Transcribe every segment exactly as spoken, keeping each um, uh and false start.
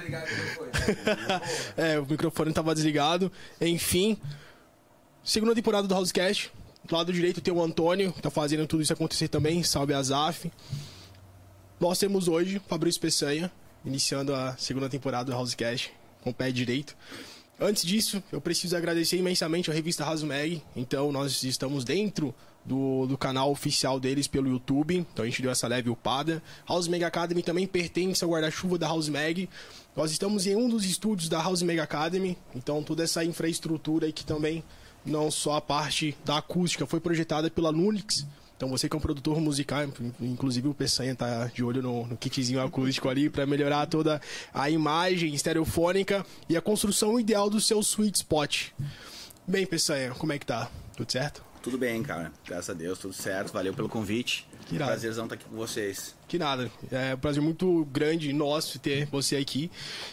desligar o microfone. É, o microfone tava desligado. Enfim, segunda temporada do Housecast. Do lado direito tem o Antônio, que tá fazendo tudo isso acontecer também. Salve Azaf. Nós temos hoje Fabrício Peçanha, iniciando a segunda temporada do Housecast, com o pé direito. Antes disso, eu preciso agradecer imensamente a revista Housemag. Então, nós estamos dentro do, do canal oficial deles pelo YouTube. Então, a gente deu essa leve upada. Housemag Academy também pertence ao guarda-chuva da Housemag. Nós estamos em um dos estúdios da Housemag Academy. Então, toda essa infraestrutura aí que também, não só a parte da acústica, foi projetada pela Nunix. Então, você que é um produtor musical, inclusive o Peçanha tá de olho no, no kitzinho acústico ali para melhorar toda a imagem estereofônica e a construção ideal do seu sweet spot. Bem, Peçanha, como é que tá? Tudo certo? Tudo bem, cara. Graças a Deus, tudo certo. Valeu pelo convite. Que nada. Prazerzão estar aqui com vocês. Que nada. É um prazer muito grande nosso ter você aqui.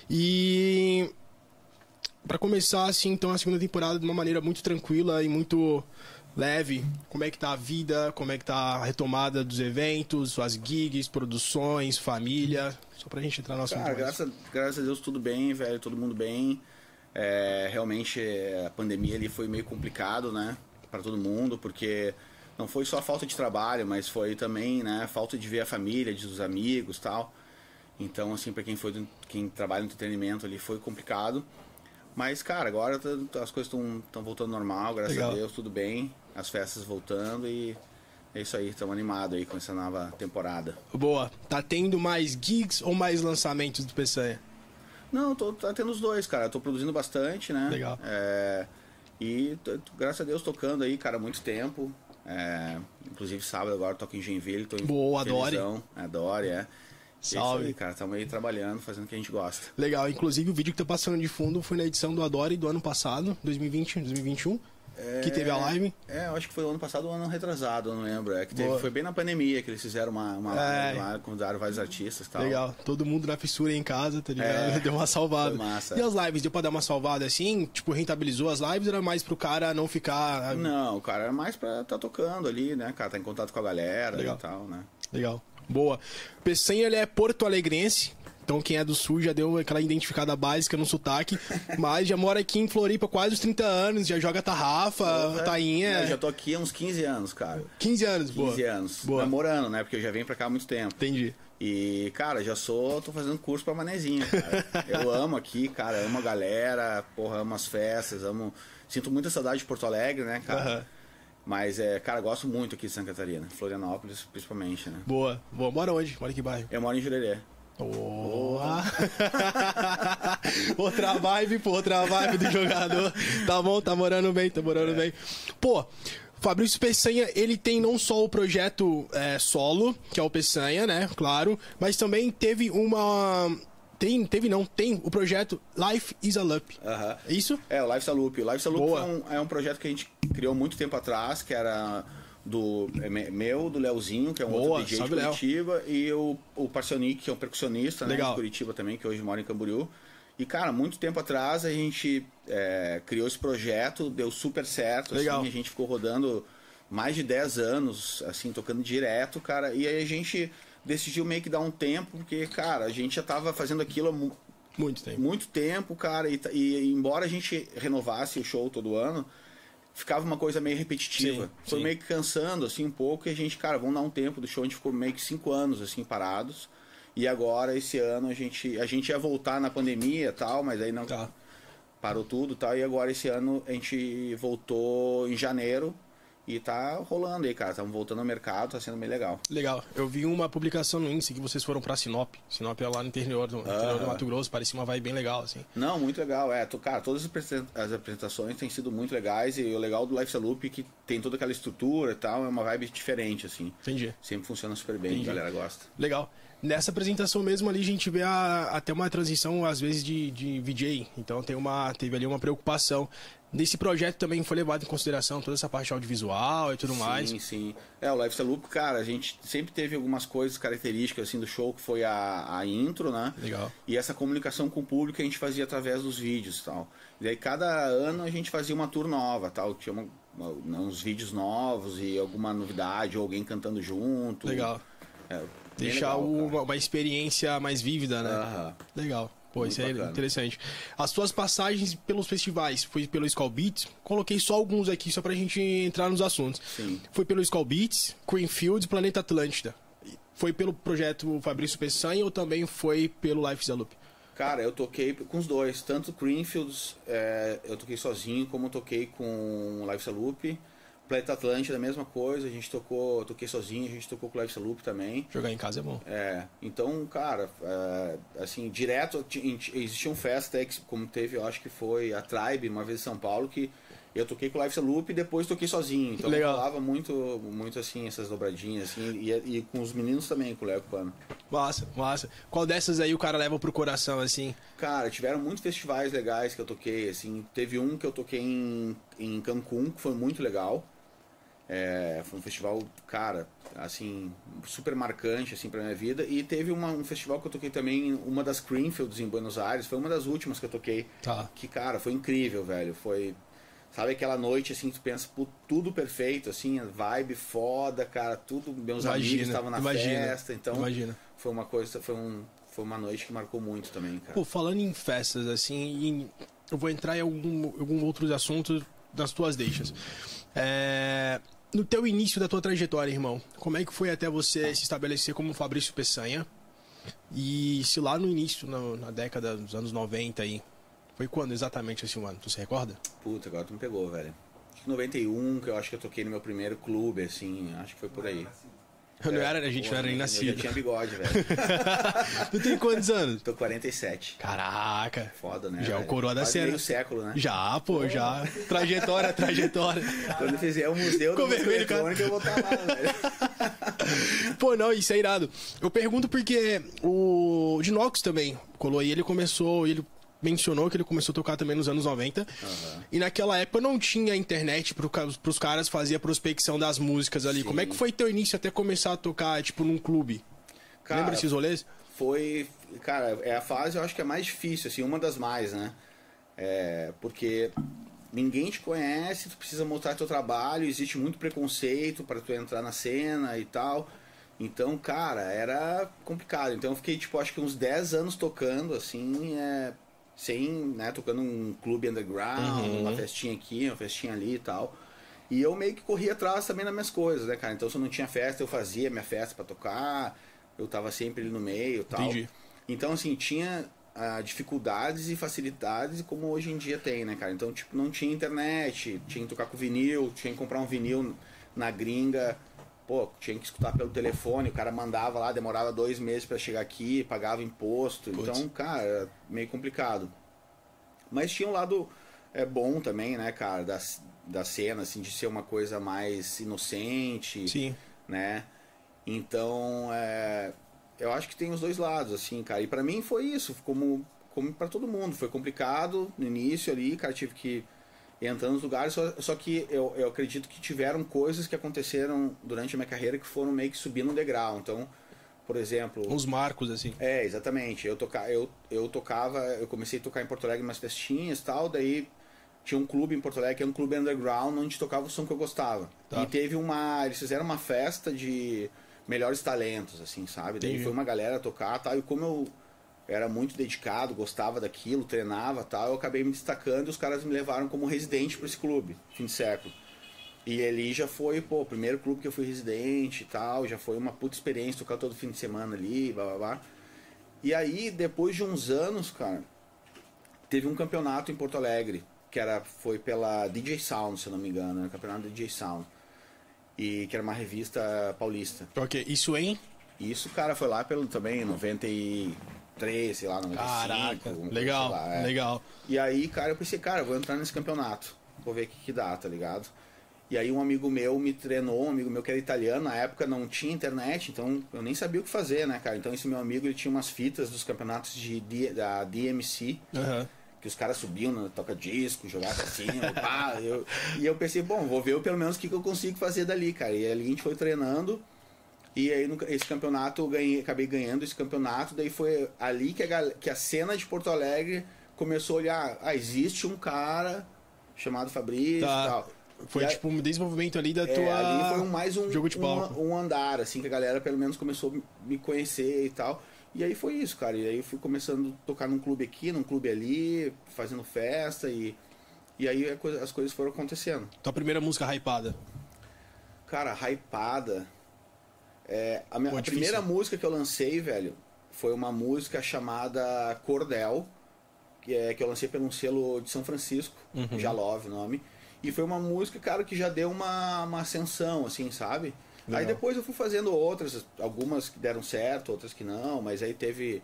E para começar, assim, então, a segunda temporada de uma maneira muito tranquila e muito leve, como é que tá a vida, como é que tá a retomada dos eventos, as gigs, produções, família, só pra gente entrar no assunto. Cara, graças, graças a Deus tudo bem, velho, todo mundo bem. É, realmente a pandemia ali foi meio complicado, né, pra todo mundo, porque não foi só a falta de trabalho, mas foi também, né, a falta de ver a família, de os amigos e tal. Então, assim, pra quem, foi, quem trabalha no entretenimento ali foi complicado. Mas, cara, agora as coisas estão voltando ao normal, graças Legal. a Deus, tudo bem. As festas voltando e é isso aí, estamos animados aí com essa nova temporada. Boa. Tá tendo mais gigs ou mais lançamentos do Peçanha? Não, tô, tá tendo os dois, cara. Tô produzindo bastante, né? Legal. É, e, tô, graças a Deus, tocando aí, cara, há muito tempo. É, inclusive, sábado agora eu toco em Joinville. Tô em Boa, adore. Adore, é. Salve. Isso aí, cara, estamos aí trabalhando, fazendo o que a gente gosta. Legal, inclusive o vídeo que tá passando de fundo foi na edição do Adore do ano passado, dois mil e vinte, dois mil e vinte e um, é... que teve a live. É, eu acho que foi o ano passado ou ano retrasado, eu não lembro. É que teve, foi bem na pandemia que eles fizeram uma, uma é... live lá, convidaram vários artistas e tal. Legal, todo mundo na fissura em casa, tá ligado? É... Deu uma salvada. Foi massa. E as lives, deu pra dar uma salvada assim? Tipo, rentabilizou as lives ou era mais pro cara não ficar... Não, o cara era mais pra tá tocando ali, né, cara? Tá em contato com a galera Legal. E tal, né? Legal. Boa. Peçanha, ele é porto-alegrense, então quem é do sul já deu aquela identificada básica no sotaque, mas já mora aqui em Floripa quase os trinta anos, já joga tarrafa, é, tainha. Eu já tô aqui há uns quinze anos, cara. quinze anos, boa. quinze anos. Boa. Namorando, né? Porque eu já venho pra cá há muito tempo. Entendi. E, cara, já sou, tô fazendo curso pra manezinho, cara. Eu amo aqui, cara, amo a galera, porra, amo as festas, amo... Sinto muita saudade de Porto Alegre, né, cara? Uhum. Mas, é, cara, gosto muito aqui de Santa Catarina, Florianópolis, principalmente, né? Boa. Boa. Mora onde? Mora em que bairro? Eu moro em Jurerê. Oh. Outra vibe, pô, outra vibe do jogador. Tá bom, tá morando bem, tá morando é. bem. Pô, Fabrício Peçanha, ele tem não só o projeto é, solo, que é o Peçanha, né, claro, mas também teve uma... Tem, teve não, tem o projeto Life is a Loop. Uh-huh. É isso? É, o Life is a Loop. O Life is a Loop é um, é um projeto que a gente criou muito tempo atrás, que era do é, meu, do Leozinho, que é um Boa, outro D J de Curitiba, Léo. E o, o Parcionic, que é um percussionista, né, de Curitiba também, que hoje mora em Camboriú. E, cara, muito tempo atrás a gente é, criou esse projeto, deu super certo. Legal. Assim, a gente ficou rodando mais de dez anos, assim, tocando direto, cara. E aí a gente decidiu meio que dar um tempo, porque, cara, a gente já tava fazendo aquilo há mu muito tempo, muito tempo, cara, e, e embora a gente renovasse o show todo ano, ficava uma coisa meio repetitiva. Sim, Foi sim. meio que cansando, assim, um pouco, e a gente, cara, vamos dar um tempo do show, a gente ficou meio que cinco anos, assim, parados, e agora, esse ano, a gente, a gente ia voltar na pandemia e tal, mas aí não... Tá. Parou tudo e tal, e agora, esse ano, a gente voltou em janeiro, e tá rolando aí, cara. Estamos voltando ao mercado, tá sendo bem legal. Legal. Eu vi uma publicação no Insta que vocês foram pra Sinop. Sinop é lá no interior do, no interior do Mato Grosso. Parecia uma vibe bem legal, assim. Não, muito legal. É, tô, cara, todas as apresentações têm sido muito legais. E o legal do Life is a Loop é que tem toda aquela estrutura e tal. É uma vibe diferente, assim. Entendi. Sempre funciona super bem, Entendi. A galera gosta. Legal. Nessa apresentação mesmo ali a gente vê a, até uma transição, às vezes, de, de V J. Então tem uma, teve ali uma preocupação. Nesse projeto também foi levado em consideração toda essa parte audiovisual e tudo sim, mais. Sim, sim. É, o Life is a Loop, cara, a gente sempre teve algumas coisas características assim do show, que foi a, a intro, né? Legal. E essa comunicação com o público a gente fazia através dos vídeos e tal. E aí cada ano a gente fazia uma tour nova, tal. Tinha uma, uma, uns vídeos novos e alguma novidade, ou alguém cantando junto. Legal. É, Deixar legal, uma, uma experiência mais vívida, né? Uh-huh. Legal. Pô, muito isso é bacana. interessante. As suas passagens pelos festivais, foi pelo Skull Beats? Coloquei só alguns aqui, só pra gente entrar nos assuntos. Sim. Foi pelo Skull Beats, Creamfields, Planeta Atlântida. Foi pelo projeto Fabrício Peçanha ou também foi pelo Life is a Loop? Cara, eu toquei com os dois. Tanto Creamfields, é, eu toquei sozinho, como eu toquei com Life is a Loop. Planeta Atlântida, a mesma coisa, a gente tocou, eu toquei sozinho, a gente tocou com o Life is a Loop também. Jogar em casa é bom. É, então, cara, é, assim, direto, existia um festa, como teve, eu acho que foi a Tribe, uma vez em São Paulo, que eu toquei com o Life is a Loop e depois toquei sozinho. Então Legal. eu falava muito, muito assim, essas dobradinhas, assim, e, e com os meninos também, com o Léo Pano. Massa, massa. Qual dessas aí o cara leva pro coração, assim? Cara, tiveram muitos festivais legais que eu toquei, assim, teve um que eu toquei em, em Cancún, que foi muito legal. É, foi um festival, cara, assim, super marcante, assim, pra minha vida. E teve uma, um festival que eu toquei também, uma das Creamfields em Buenos Aires, foi uma das últimas que eu toquei. Tá. Que, cara, foi incrível, velho, foi... Sabe aquela noite, assim, tu pensa, pô, tudo perfeito, assim, vibe foda, cara, tudo, meus Imagina, amigos estavam na imagina, festa, então... imagina. Foi uma coisa, foi, um, foi uma noite que marcou muito também, cara. Pô, falando em festas, assim, em- eu vou entrar em algum, algum outros assuntos das tuas deixas. É, no teu início da tua trajetória, irmão, como é que foi até você se estabelecer como Fabrício Peçanha? E se lá no início, na, na década dos anos noventa aí, foi quando exatamente esse ano? Tu se recorda? Puta, agora tu me pegou, velho. Acho que noventa e um, que eu acho que eu toquei no meu primeiro clube, assim, acho que foi por aí. Eu não era, a gente Pô, não era nem eu nascido. já tinha bigode, velho. Tu tem quantos anos? Tô com quarenta e sete. Caraca. Foda, né? Já é o velho? coroa da Quase cena. meio século, né? Já, pô, já. Trajetória, trajetória. Quando fizer o museu do Ficou música vermelho, cara. eletrônica, eu vou estar lá, velho. Pô, não, isso é irado. Eu pergunto porque o Dinox também colou aí, ele começou, ele mencionou que ele começou a tocar também nos anos noventa. Aham. E naquela época não tinha internet pro, ca- pros caras fazer a prospecção das músicas ali. Sim. Como é que foi teu início até começar a tocar, tipo, num clube? Cara, Lembra esses rolês? Foi, cara, é a fase, eu acho que é mais difícil, assim, uma das mais, né? É, porque ninguém te conhece, tu precisa mostrar teu trabalho, existe muito preconceito para tu entrar na cena e tal. Então, cara, era complicado. Então eu fiquei, tipo, acho que uns dez anos tocando, assim, é, sem, né, tocando um clube underground, Uhum. uma festinha aqui, uma festinha ali e tal. E eu meio que corria atrás também das minhas coisas, né, cara? Então se eu não tinha festa, eu fazia minha festa pra tocar, eu tava sempre ali no meio e tal. Entendi. Então, assim, tinha ah, dificuldades e facilidades como hoje em dia tem, né, cara? Então, tipo, não tinha internet, tinha que tocar com vinil, tinha que comprar um vinil na gringa, pô, tinha que escutar pelo telefone, o cara mandava lá, demorava dois meses pra chegar aqui, pagava imposto. Putz. Então, cara, era meio complicado. Mas tinha um lado é, bom também, né, cara, da, da cena, assim, de ser uma coisa mais inocente, Sim. né? Então, é, eu acho que tem os dois lados, assim, cara. E pra mim foi isso, como, como pra todo mundo. Foi complicado no início ali, cara, tive que ir entrando nos lugares, só, só que eu, eu acredito que tiveram coisas que aconteceram durante a minha carreira que foram meio que subindo um degrau. Então, por exemplo... Uns marcos, assim. É, exatamente. Eu, toca, eu, eu tocava, eu comecei a tocar em Porto Alegre umas festinhas e tal, daí tinha um clube em Porto Alegre, que é um clube underground, onde tocava o som que eu gostava. Tá. E teve uma... Eles fizeram uma festa de melhores talentos, assim, sabe? Daí Entendi. foi uma galera tocar, tal, e como eu era muito dedicado, gostava daquilo, treinava, tal, eu acabei me destacando e os caras me levaram como residente para esse clube, fim de século. E ali já foi, pô, o primeiro clube que eu fui residente e tal, já foi uma puta experiência tocar todo fim de semana ali, blá blá blá. E aí, depois de uns anos, cara, teve um campeonato em Porto Alegre, que era, foi pela D J Sound, se eu não me engano, né? Campeonato D J Sound. E que era uma revista paulista. Ok, isso em? E isso, cara, foi lá pelo também, noventa e três, sei lá, noventa e cinco. Caraca, alguma coisa, legal, sei lá, é. legal. E aí, cara, eu pensei, cara, eu vou entrar nesse campeonato. Vou ver o que, que dá, tá ligado? E aí um amigo meu me treinou, um amigo meu que era italiano, na época não tinha internet, então eu nem sabia o que fazer, né, cara? Então esse meu amigo, ele tinha umas fitas dos campeonatos de, D- da D M C, Aham. que os caras subiam no toca-disco, jogavam assim, pá, eu, e eu pensei, bom, vou ver eu, pelo menos o que, que eu consigo fazer dali, cara. E ali a gente foi treinando, e aí no, esse campeonato eu ganhei, acabei ganhando esse campeonato, daí foi ali que a, gal- que a cena de Porto Alegre começou a olhar, ah, existe um cara chamado Fabrício Tá. e tal. Foi E a- tipo um desenvolvimento ali da é, tua... ali foi um- mais um, jogo de palco. um, um andar, assim, que a galera pelo menos começou a me conhecer e tal. E aí foi isso, cara. E aí eu fui começando a tocar num clube aqui, num clube ali, fazendo festa e... E aí a coisa, as coisas foram acontecendo. Tua primeira música hypada? Cara, hypada... É, a minha, Pô, a difícil. primeira música que eu lancei, velho, foi uma música chamada Cordel, que, é, que eu lancei pelo um selo de São Francisco, Uhum. Jalove o nome. E foi uma música, cara, que já deu uma, uma ascensão, assim, sabe? Legal. Aí depois eu fui fazendo outras, algumas que deram certo, outras que não, mas aí teve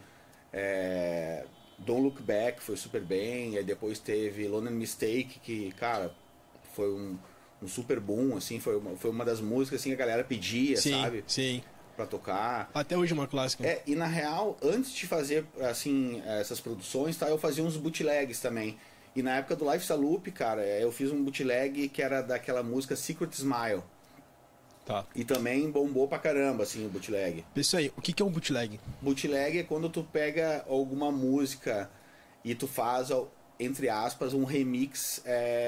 é, Don't Look Back, foi super bem, aí depois teve Lone and Mistake, que, cara, foi um, um super boom, assim, foi uma, foi uma das músicas assim, que a galera pedia, Sim, sabe? sim. Pra tocar. Até hoje é uma clássica. É, e na real, antes de fazer, assim, essas produções, tá, eu fazia uns bootlegs também. E na época do Life Loop, cara, eu fiz um bootleg que era daquela música Secret Smile. Tá. E também bombou pra caramba, assim, o bootleg. Isso aí, o que que é um bootleg? Bootleg é quando tu pega alguma música e tu faz, entre aspas, um remix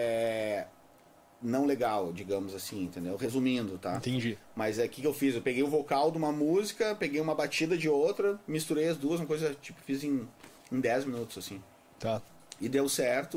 é, não legal, digamos assim, entendeu? Resumindo, tá? Entendi. Mas é o que que eu fiz? Eu peguei o vocal de uma música, peguei uma batida de outra, misturei as duas, uma coisa, tipo, fiz em, em dez minutos, assim. Tá. E deu certo.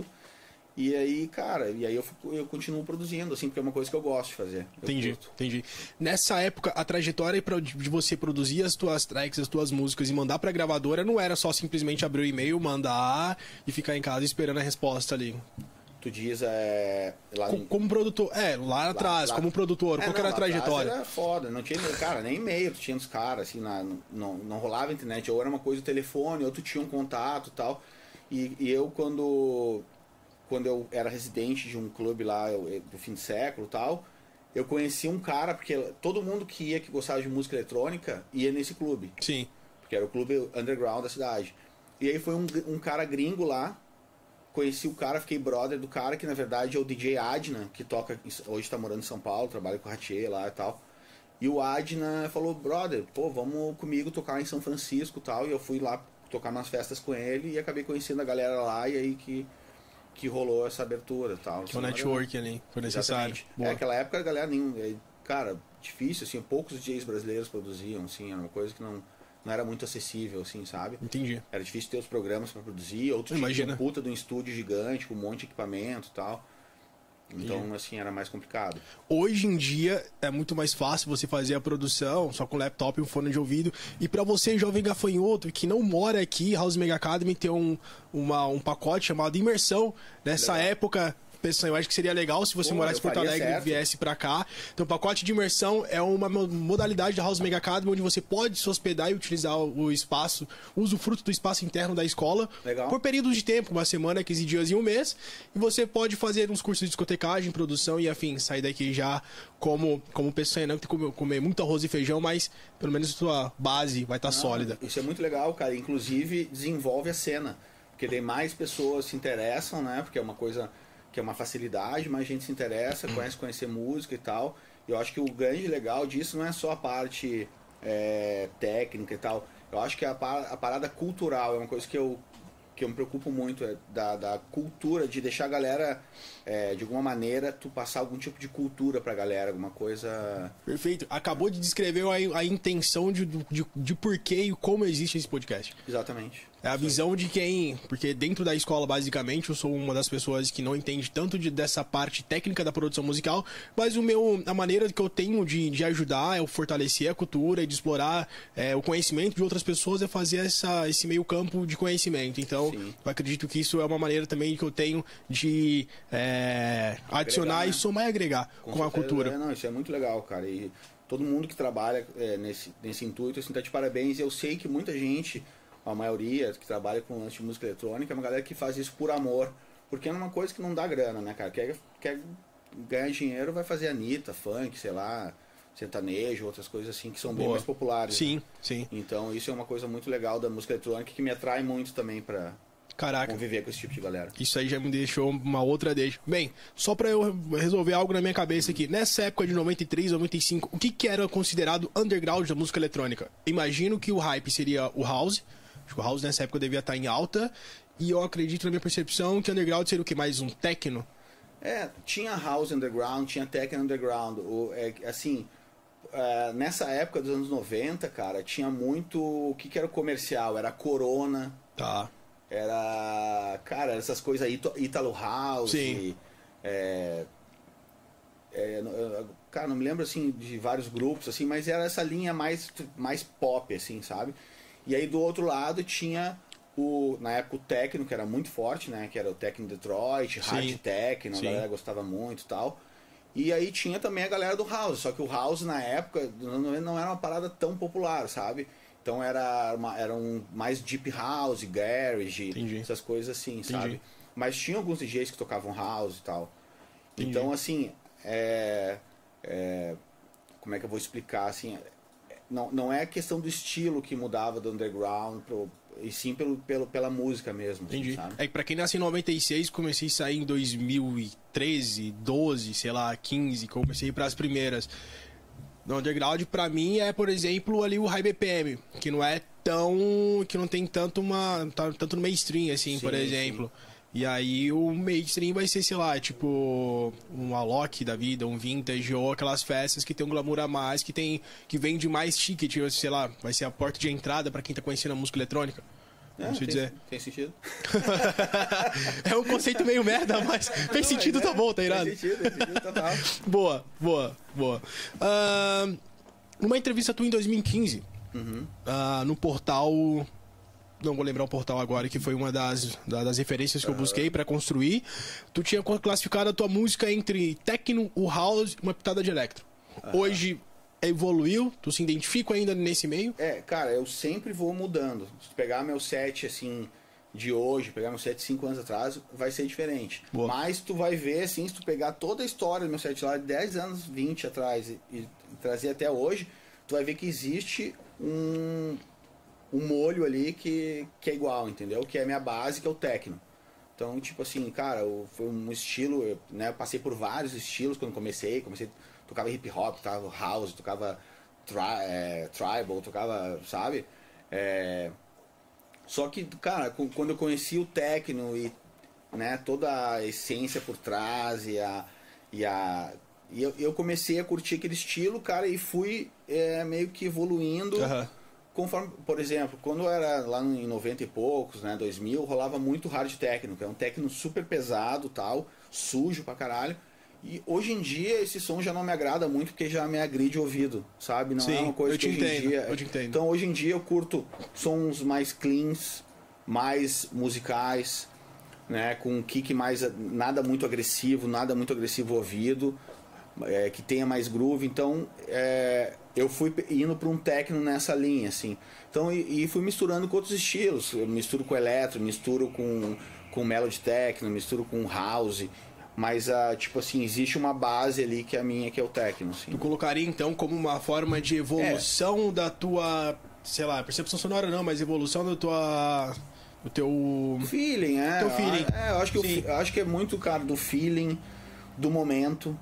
E aí, cara, e aí eu, eu continuo produzindo, assim, porque é uma coisa que eu gosto de fazer. Eu Entendi, curto. entendi. Nessa época, a trajetória pra, de você produzir as tuas tracks, as tuas músicas e mandar pra gravadora não era só simplesmente abrir o e-mail, mandar e ficar em casa esperando a resposta ali. Tu diz, é... Lá Co- no- Como produtor, é, lá atrás, lá- como produtor, É, qual que não, era a lá atrás trajetória? Era foda, não tinha, cara, nem e-mail, tu tinha uns caras, assim, na, não, não rolava internet, ou era uma coisa do telefone, ou tu tinha um contato e tal. E, e eu, quando, quando eu era residente de um clube lá, eu- do fim de século e tal, eu conheci um cara, porque todo mundo que ia, que gostava de música eletrônica, ia nesse clube, Sim, porque era o clube underground da cidade. E aí foi um, um cara gringo lá, conheci o cara, fiquei brother do cara, que na verdade é o D J Adna, que toca, hoje tá morando em São Paulo, trabalha com o Ratier lá e tal. E o Adna falou, brother, pô, vamos comigo tocar em São Francisco e tal. E eu fui lá tocar nas festas com ele e acabei conhecendo a galera lá, e aí que, que rolou essa abertura e tal. que é o Assim, network ali, foi necessário. Exatamente. Boa. É, aquela época a galera nem. é, Cara, difícil, assim, poucos D Js brasileiros produziam, assim, era uma coisa que não, não era muito acessível, assim, sabe? Entendi. Era difícil ter os programas pra produzir, outros tinham Imagina. um puta de um estúdio gigante, com um monte de equipamento e tal. Então, assim, era mais complicado. Hoje em dia é muito mais fácil você fazer a produção só com laptop e um fone de ouvido. E pra você, jovem gafanhoto, que não mora aqui, House Mega Academy tem um, uma, um pacote chamado Imersão. Nessa Legal. época, pessoal, eu acho que seria legal se você Pô, morasse em eu Porto faria Alegre e certo. viesse pra cá. Então, o pacote de imersão é uma mo- modalidade da House Mega Academy onde você pode se hospedar e utilizar o o espaço, usufruto do espaço interno da escola Legal. por períodos de tempo, uma semana, quinze dias e um mês. E você pode fazer uns cursos de discotecagem, produção e afim. Sair daqui já como, como pessoa, não que tem que comer, comer muito arroz e feijão, mas pelo menos a sua base vai estar sólida. Isso é muito legal, cara. Inclusive, desenvolve a cena. Porque daí mais pessoas se interessam, né? Porque é uma coisa que é uma facilidade, mais gente se interessa, conhece conhecer música e tal. E eu acho que o grande legal disso não é só a parte é, técnica e tal. Eu acho que a, par- a parada cultural é uma coisa que eu, que eu me preocupo muito, é da, da cultura, de deixar a galera, é, de alguma maneira, tu passar algum tipo de cultura pra galera, alguma coisa... Perfeito. Acabou de descrever a, a intenção de, de, de por que e como existe esse podcast. Exatamente. É a visão de quem... Porque dentro da escola, basicamente, eu sou uma das pessoas que não entende tanto de, dessa parte técnica da produção musical, mas o meu, a maneira que eu tenho de, de ajudar é o fortalecer a cultura e de explorar é, o conhecimento de outras pessoas, é fazer essa, esse meio campo de conhecimento. Então, Sim. eu acredito que isso é uma maneira também que eu tenho de é, adicionar né? e somar e agregar com, a certeza. cultura. É, não, isso é muito legal, cara. E todo mundo que trabalha é, nesse, nesse intuito, assim, tá de parabéns. E eu sei que muita gente, a maioria que trabalha com lance de música eletrônica, é uma galera que faz isso por amor. Porque é uma coisa que não dá grana, né, cara? Quer, quer ganhar dinheiro, vai fazer Anitta, funk, sei lá, sertanejo, outras coisas assim, que são bem Boa. mais populares. Sim, sim. Então isso é uma coisa muito legal da música eletrônica que me atrai muito também pra Caraca. conviver com esse tipo de galera. Isso aí já me deixou uma outra deixa. Bem, só pra eu resolver algo na minha cabeça aqui. Nessa época de noventa e três, noventa e cinco, o que, que era considerado underground da música eletrônica? Imagino que o hype seria o house. Acho que o house nessa época devia estar em alta. E eu acredito, na minha percepção, que underground seria o que? Mais um techno? É, tinha house underground, tinha techno underground. O, é, assim, é, nessa época dos anos noventa, cara, tinha muito... O que, que era o comercial? Era Corona. Tá. Era... Cara, essas coisas aí, Italo House. Sim. É, é, cara, não me lembro, assim, de vários grupos, assim, mas era essa linha mais, mais pop, assim, sabe? E aí, do outro lado, tinha... O, na época o techno, que era muito forte, né? Que era o techno Detroit, Sim. hard techno, a Sim. galera gostava muito e tal. E aí tinha também a galera do house, só que o house na época não era uma parada tão popular, sabe? Então era, uma, era um mais deep house, garage, Entendi. essas coisas assim, Entendi. sabe? Mas tinha alguns D Js que tocavam house e tal. Entendi. Então assim, é, é, como é que eu vou explicar assim? Não, não é a questão do estilo que mudava do underground pro, e sim pelo, pelo, pela música mesmo. Entendi. Assim, sabe? É que pra quem nasceu em noventa e seis, comecei a sair em dois mil e treze, doze, sei lá, quinze, comecei a ir pras primeiras. No underground, pra mim, é, por exemplo, ali o High B P M, que não é tão... que não tem tanto uma... Tá, tanto no mainstream, assim, Sim, por exemplo. Sim. E aí o mainstream vai ser, sei lá, tipo um Alok da vida, um Vintage, ou aquelas festas que tem um glamour a mais, que tem que vende mais ticket, sei lá, vai ser a porta de entrada pra quem tá conhecendo a música eletrônica. É, Vamos tem, dizer. tem sentido. É um conceito meio merda, mas fez Não, sentido, mas é, tá bom, tá irado? Fez sentido, fez sentido total. Boa, boa, boa. Uh, numa entrevista tua em dois mil e quinze, Uhum. uh, no portal... Não vou lembrar o portal agora, que foi uma das, das referências que eu busquei pra construir. Tu tinha classificado a tua música entre techno, o house e uma pitada de electro. Uhum. Hoje evoluiu, tu se identifica ainda nesse meio? É, cara, eu sempre vou mudando. Se tu pegar meu set, assim, de hoje, pegar meu set de cinco anos atrás, vai ser diferente. Boa. Mas tu vai ver, assim, se tu pegar toda a história do meu set lá de dez anos, vinte atrás e, e trazer até hoje, tu vai ver que existe um... um molho ali que, que é igual, entendeu? Que é a minha base, que é o techno. Então, tipo assim, cara, eu, foi um estilo, eu, né, eu passei por vários estilos quando comecei, comecei, tocava hip hop, tocava house, tocava tri, é, tribal, tocava, sabe? É, só que, cara, quando eu conheci o techno e, né, toda a essência por trás e a... E a e eu, eu comecei a curtir aquele estilo, cara, e fui é, meio que evoluindo... Aham. Conforme, por exemplo, quando eu era lá em noventa e poucos, né, dois mil, rolava muito hard techno, que é um techno super pesado, tal, sujo pra caralho. E hoje em dia esse som já não me agrada muito porque já me agride o ouvido, sabe? Não Sim, é uma coisa eu te que hoje entendo, em dia. eu te entendo. Então hoje em dia eu curto sons mais cleans, mais musicais, né, com um kick mais nada muito agressivo, nada muito agressivo ao ouvido, é, que tenha mais groove. Então, é, eu fui indo para um techno nessa linha, assim. Então, e, e fui misturando com outros estilos. Eu misturo com eletro, misturo com, com melody techno, misturo com house. Mas, uh, tipo assim, existe uma base ali que é a minha, que é o techno, assim. Tu colocaria, então, como uma forma de evolução é. da tua, sei lá, percepção sonora não, mas evolução da tua... do teu... feeling, é. Teu feeling. É, eu acho que, eu, eu acho que é muito, cara, do feeling, do momento.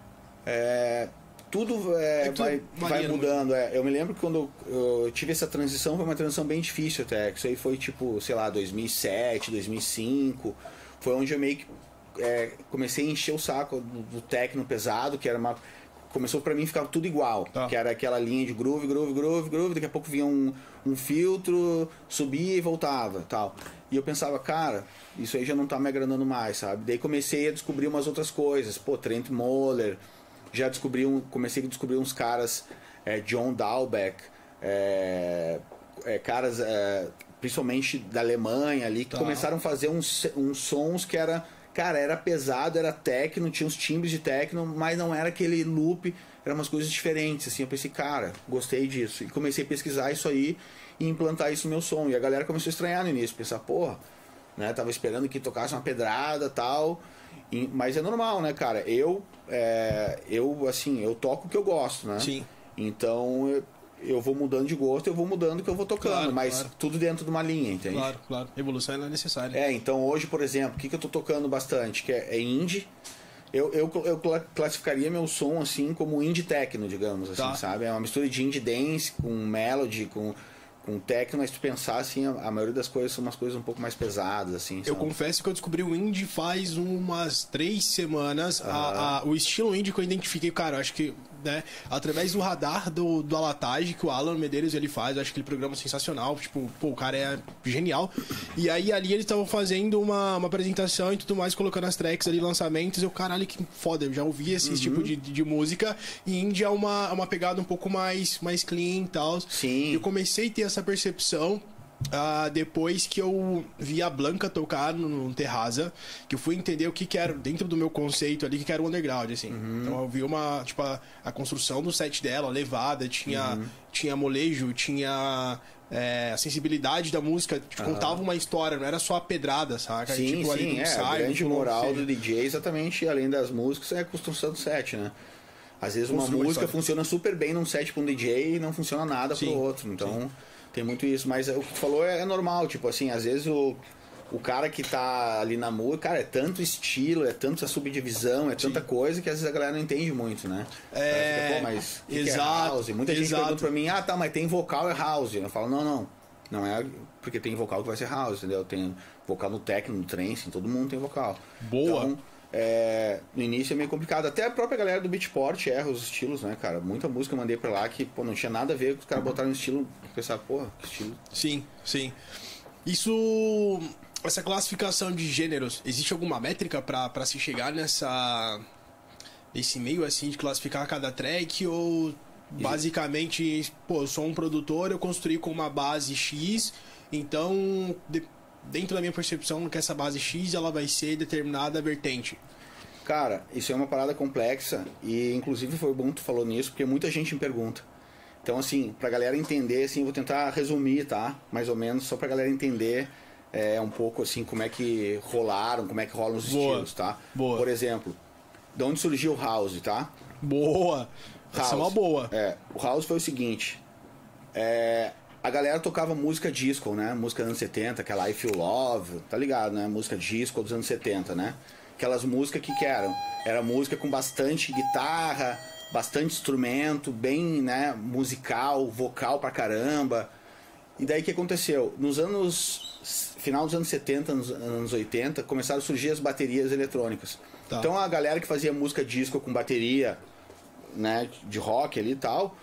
É, tudo é, é tudo vai, vai mudando. É. Eu me lembro que quando eu, eu tive essa transição, foi uma transição bem difícil até. Isso aí foi tipo, sei lá, dois mil e sete, dois mil e cinco. Foi onde eu meio que é, comecei a encher o saco do, do techno pesado, que era uma... Começou pra mim ficar tudo igual. Tá. Que era aquela linha de groove, groove, groove, groove. Daqui a pouco vinha um, um filtro, subia e voltava, tal. E eu pensava, cara, isso aí já não tá me agradando mais, sabe? Daí comecei a descobrir umas outras coisas. Pô, Trent Moller... Já descobri um, comecei a descobrir uns caras, é, John Dalbeck, é, é, caras é, principalmente da Alemanha ali, que tá. começaram a fazer uns, uns sons que era, cara, era pesado, era techno, tinha uns timbres de techno, mas não era aquele loop, eram umas coisas diferentes, assim. Eu pensei, cara, gostei disso. E comecei a pesquisar isso aí e implantar isso no meu som. E a galera começou a estranhar no início, pensar, porra, né, tava esperando que tocasse uma pedrada e tal. E, mas é normal, né, cara? Eu, é, eu, assim, eu toco o que eu gosto, né? Sim. Então, eu, eu vou mudando de gosto, eu vou mudando o que eu vou tocando, claro, mas claro. tudo dentro de uma linha, entende? Claro, claro. Evolução é necessária. É, então hoje, por exemplo, o que, que eu tô tocando bastante? Que é, é indie. Eu, eu, eu classificaria meu som, assim, como indie techno, digamos, assim, tá. sabe? É uma mistura de indie dance com melody, com... com techno, mas se tu pensar, assim, a, a maioria das coisas são umas coisas um pouco mais pesadas, assim. Eu sabe? confesso que eu descobri o indie faz umas três semanas. Uhum. A, a, o estilo indie que eu identifiquei, cara, eu acho que né? Através do radar do, do Alatage, que o Alan Medeiros ele faz, eu acho aquele programa sensacional, tipo, pô, o cara é genial. E aí ali eles estavam fazendo uma, uma apresentação e tudo mais, colocando as tracks ali, lançamentos, eu, caralho, que foda, eu já ouvi esse uhum. tipo de, de música, e indie é uma, uma pegada um pouco mais, mais clean e tal. Sim. Eu comecei a ter essa percepção Uh, depois que eu vi a Blanca tocar no, no Terraza, que eu fui entender o que que era, dentro do meu conceito ali, o que que era o underground, assim. Uhum. Então eu vi uma, tipo, a, a construção do set dela, a levada, tinha, uhum. tinha molejo, tinha é, a sensibilidade da música, tipo, uhum. contava uma história, não era só a pedrada, saca? Sim, tipo, sim, ali é, ensaio, a grande tipo, moral do D J, exatamente, além das músicas, é a construção do set, né? Às vezes uma Construa música funciona super bem num set pra um D J e não funciona nada sim, pro outro, então... Sim. Tem muito isso, mas o que tu falou é normal, tipo assim, às vezes o, o cara que tá ali na música, cara, é tanto estilo, é tanta subdivisão, é tanta Sim. coisa que às vezes a galera não entende muito, né? É, fica, pô, mas que exato, que é house? Muita exato. gente pergunta pra mim, ah tá, mas tem vocal é house. Eu falo, não, não, não é porque tem vocal que vai ser house, entendeu? Tem vocal no techno, no trance, todo mundo tem vocal. Boa! Então, É, no início é meio complicado. Até a própria galera do Beatport erra os estilos, né, cara? Muita música eu mandei pra lá que, pô, não tinha nada a ver com os caras botaram um estilo. Pensar, porra, que estilo. Sim, sim. Isso. Essa classificação de gêneros, existe alguma métrica pra, pra se chegar nessa. Nesse meio assim de classificar cada track? Ou basicamente, pô, eu sou um produtor, eu construí com uma base X, então. De... dentro da minha percepção que essa base X ela vai ser determinada vertente. Cara, isso é uma parada complexa e inclusive foi bom que tu falou nisso, porque muita gente me pergunta. Então assim, pra galera entender, assim, vou tentar resumir, tá? Mais ou menos, só pra galera entender é, um pouco assim como é que rolaram, como é que rolam os Boa. estilos, tá? Boa. Por exemplo, de onde surgiu o house, tá? Boa! House, essa é uma boa. É, o house foi o seguinte, é... a galera tocava música disco, né? Música dos anos setenta, aquela I Feel Love, tá ligado, né? Música disco dos anos setenta, né? Aquelas músicas que que eram? Era música com bastante guitarra, bastante instrumento, bem, né, musical, vocal pra caramba. E daí o que aconteceu? Nos anos... final dos anos setenta, nos anos oitenta, começaram a surgir as baterias eletrônicas. Tá. Então a galera que fazia música disco com bateria, né, de rock ali e tal,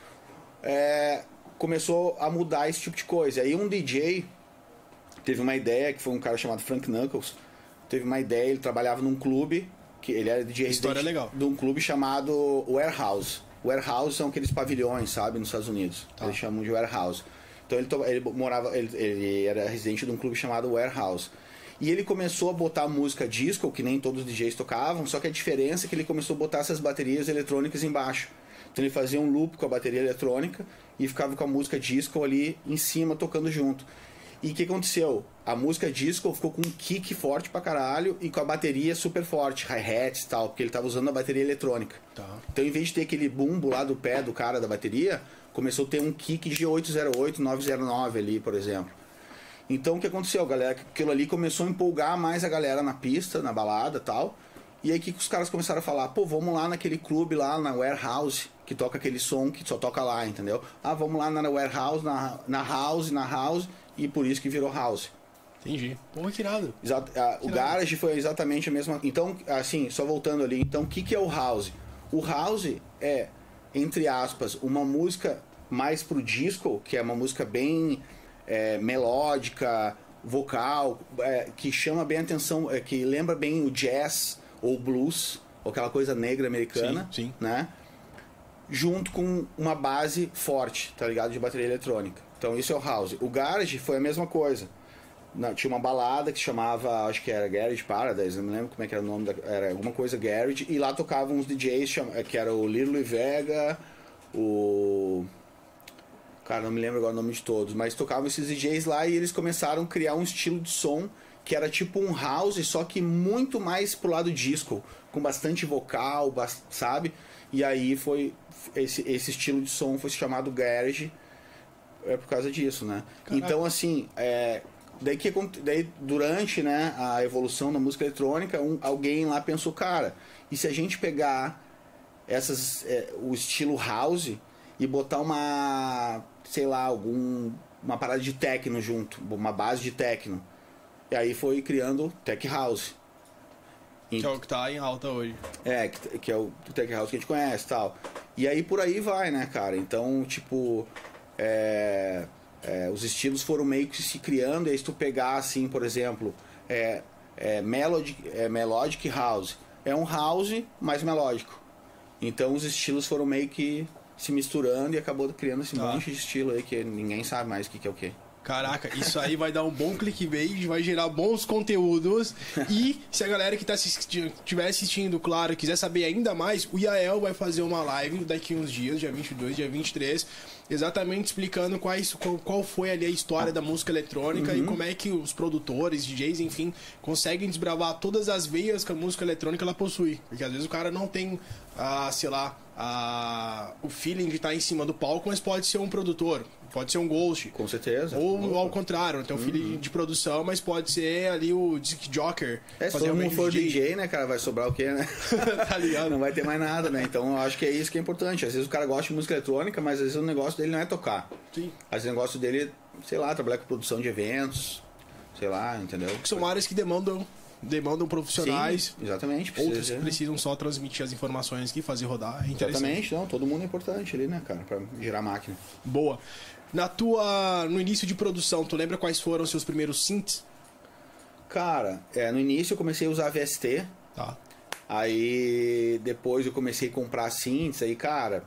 é... começou a mudar esse tipo de coisa. Aí um D J teve uma ideia, que foi um cara chamado Frank Knuckles, teve uma ideia, ele trabalhava num clube, que ele era D J História legal. de um clube chamado Warehouse. Warehouse são aqueles pavilhões, sabe, nos Estados Unidos. Tá. Eles chamam de Warehouse. Então ele, to... ele morava, ele, ele era residente de um clube chamado Warehouse. E ele começou a botar música disco, que nem todos os D Js tocavam, só que a diferença é que ele começou a botar essas baterias eletrônicas embaixo. Então ele fazia um loop com a bateria eletrônica e ficava com a música disco ali em cima tocando junto. E o que aconteceu? A música disco ficou com um kick forte pra caralho e com a bateria super forte, hi-hats e tal, porque ele tava usando a bateria eletrônica. Tá. Então em vez de ter aquele bumbo lá do pé do cara da bateria, começou a ter um kick de oito zero oito, nove zero nove ali, por exemplo. Então o que aconteceu, galera? Aquilo ali começou a empolgar mais a galera na pista, na balada e tal. E aí que os caras começaram a falar, pô, vamos lá naquele clube lá na Warehouse, que toca aquele som que só toca lá, entendeu? Ah, vamos lá na Warehouse, na, na House, na House, e por isso que virou House. Entendi. Pô, que irado. Exato, a, que o irado. Garage foi exatamente a mesma... Então, assim, só voltando ali, então o que, que é o House? O House é, entre aspas, uma música mais pro disco, que é uma música bem é, melódica, vocal, é, que chama bem a atenção, é, que lembra bem o jazz ou blues, ou aquela coisa negra americana, sim, sim. né? Junto com uma base forte, tá ligado? De bateria eletrônica. Então isso é o house. O garage foi a mesma coisa. Não, tinha uma balada que se chamava, acho que era Garage Paradise, não me lembro como é que era o nome, da, era alguma coisa Garage, e lá tocavam uns D Js, cham, que era o Little Vega, o... cara, não me lembro agora o nome de todos, mas tocavam esses D Js lá e eles começaram a criar um estilo de som que era tipo um house, só que muito mais pro lado disco, com bastante vocal, sabe? E aí foi esse, esse estilo de som foi chamado garage, é por causa disso, né? Caraca. Então assim, é, daí que daí durante, né, a evolução da música eletrônica, um, alguém lá pensou, cara, e se a gente pegar essas é, o estilo house e botar uma, sei lá, algum uma parada de techno junto, uma base de techno. E aí foi criando Tech House. Que é o que tá em alta hoje. É, que, que é o Tech House que a gente conhece e tal. E aí por aí vai, né, cara? Então, tipo, é, é, os estilos foram meio que se criando. E aí se tu pegar, assim, por exemplo, é, é, melodic, é Melodic House. É um house mais melódico. Então os estilos foram meio que se misturando e acabou criando esse Tá. monte de estilo aí que ninguém sabe mais o que, que é o que. Caraca, isso aí vai dar um bom clickbait, vai gerar bons conteúdos. E se a galera que tá assistindo, estiver assistindo, claro, quiser saber ainda mais, o Yael vai fazer uma live daqui uns dias, dia vinte e dois, dia vinte e três, exatamente explicando quais, qual, qual foi ali a história da música eletrônica Uhum. e como é que os produtores, D Js, enfim, conseguem desbravar todas as veias que a música eletrônica ela possui. Porque às vezes o cara não tem, ah, sei lá, ah, o feeling de estar em cima do palco, mas pode ser um produtor. Pode ser um ghost. Com certeza. Ou Opa. ao contrário, não tem um feeling de produção, mas pode ser ali o disc jocker. É, se fazer todo um mundo for D J. D J, né, cara, vai sobrar o quê, né? Tá ligado? Não vai ter mais nada, né? Então eu acho que é isso que é importante. Às vezes o cara gosta de música eletrônica, mas às vezes o negócio dele não é tocar. Sim. Às vezes o negócio dele, sei lá, trabalhar com produção de eventos, sei lá, entendeu? Que são áreas que demandam, demandam profissionais. Sim, exatamente. Outros precisa- precisam só transmitir as informações aqui, fazer rodar. É interessante. Exatamente, não, todo mundo é importante ali, né, cara, pra gerar máquina. Boa. Na tua, no início de produção, tu lembra quais foram os seus primeiros synths? Cara, é, no início eu comecei a usar V S T, Tá. aí depois eu comecei a comprar synths, aí, cara,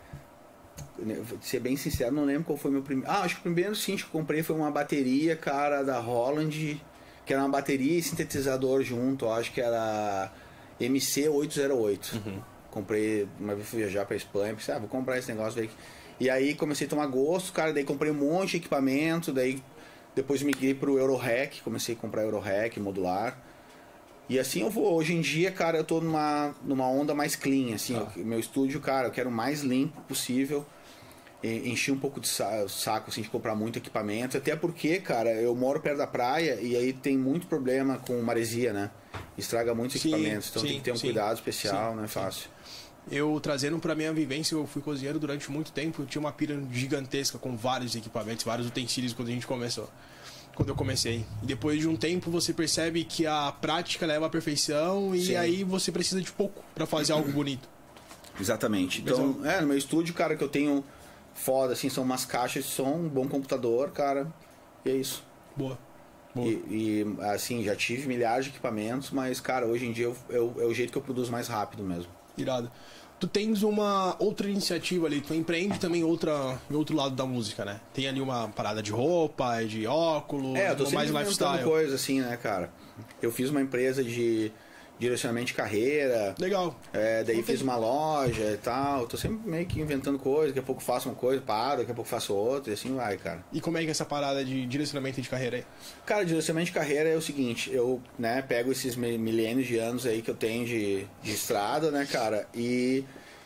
vou ser bem sincero, não lembro qual foi meu primeiro... Ah, acho que o primeiro synth que eu comprei foi uma bateria, cara, da Holland, que era uma bateria e sintetizador junto, eu acho que era M C oito zero oito. Uhum. Comprei, uma vez fui viajar pra Espanha, pensei, ah, vou comprar esse negócio, ver aqui. E aí comecei a tomar gosto, cara, daí comprei um monte de equipamento, daí depois migrei pro Eurorack, comecei a comprar Eurorack modular. E assim eu vou, hoje em dia, cara, eu tô numa, numa onda mais clean, assim, Ah. eu- meu estúdio, cara, eu quero o mais limpo possível. E- enchi um pouco de sa- saco, assim, de comprar muito equipamento, até porque, cara, eu moro perto da praia e aí tem muito problema com maresia, né? Estraga muitos Sim, equipamentos, então sim, tem que ter um sim. cuidado especial, Sim, não é sim. fácil. Eu, trazendo pra minha vivência, eu fui cozinheiro durante muito tempo. Eu tinha uma pira gigantesca com vários equipamentos, vários utensílios quando a gente começou. Quando eu comecei. E depois de um tempo você percebe que a prática leva à perfeição e Sim. aí você precisa de pouco pra fazer algo bonito. Exatamente. Então, é, no meu estúdio, cara, que eu tenho foda, assim, são umas caixas de som, um bom computador, cara, e é isso. Boa. Boa. E, e, assim, já tive milhares de equipamentos, mas, cara, hoje em dia eu, eu- é o jeito que eu produzo mais rápido mesmo. Irado. Tu tens uma outra iniciativa ali, tu empreende também outra, em outro lado da música, né? Tem ali uma parada de roupa, de óculos, É, eu tô uma mais sempre inventando lifestyle. coisa, assim, né, cara. Eu fiz uma empresa de direcionamento de carreira, Legal. é, daí Entendi. fiz uma loja e tal. Tô sempre meio que inventando coisa, daqui a pouco faço uma coisa, paro, daqui a pouco faço outra, e assim vai, cara. E como é que é essa parada de direcionamento de carreira aí? Cara, direcionamento de carreira é o seguinte, eu, né, pego esses mi- milênios de anos aí que eu tenho de, de estrada, né, cara, e,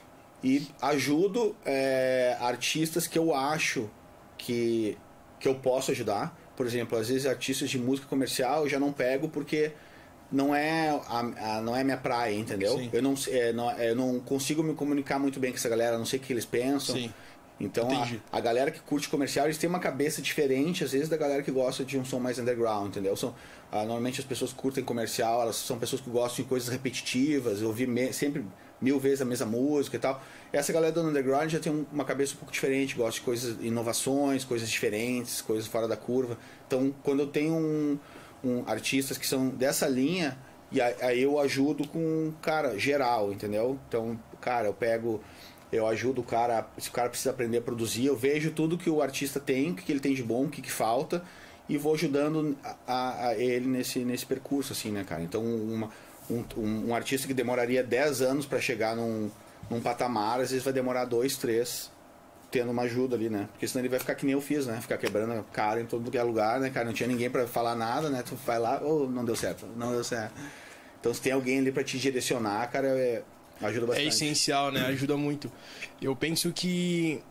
e ajudo é, artistas que eu acho que, que eu posso ajudar. Por exemplo, às vezes artistas de música comercial eu já não pego porque não é a, a- não é minha praia, entendeu? Sim. Eu não, é, não, eu não consigo me comunicar muito bem com essa galera, não sei o que eles pensam. Sim. Então Entendi. a, a galera que curte comercial, eles têm uma cabeça diferente, às vezes, da galera que gosta de um som mais underground, entendeu? São, ah, normalmente as pessoas que curtem comercial, elas são pessoas que gostam de coisas repetitivas, ouvir me- sempre mil vezes a mesma música e tal. Essa galera do underground já tem um- uma cabeça um pouco diferente, gosta de coisas, inovações, coisas diferentes, coisas fora da curva. Então, quando eu tenho um, um artistas que são dessa linha, e a- aí eu ajudo com, cara, geral, entendeu? Então, cara, eu pego... Eu ajudo o cara, se o cara precisa aprender a produzir, eu vejo tudo que o artista tem, o que ele tem de bom, o que, que falta, e vou ajudando a, a- a ele nesse, nesse percurso, assim, né, cara? Então, uma, um, um, um artista que demoraria dez anos para chegar num, num patamar, às vezes vai demorar dois, três, tendo uma ajuda ali, né? Porque senão ele vai ficar que nem eu fiz, né? Ficar quebrando a cara em todo que é lugar, né, cara? Não tinha ninguém para falar nada, né? Tu vai lá, ou não deu certo, não deu certo. Então, se tem alguém ali para te direcionar, cara, é... ajuda É bastante. essencial, né? Ajuda muito. Eu penso que.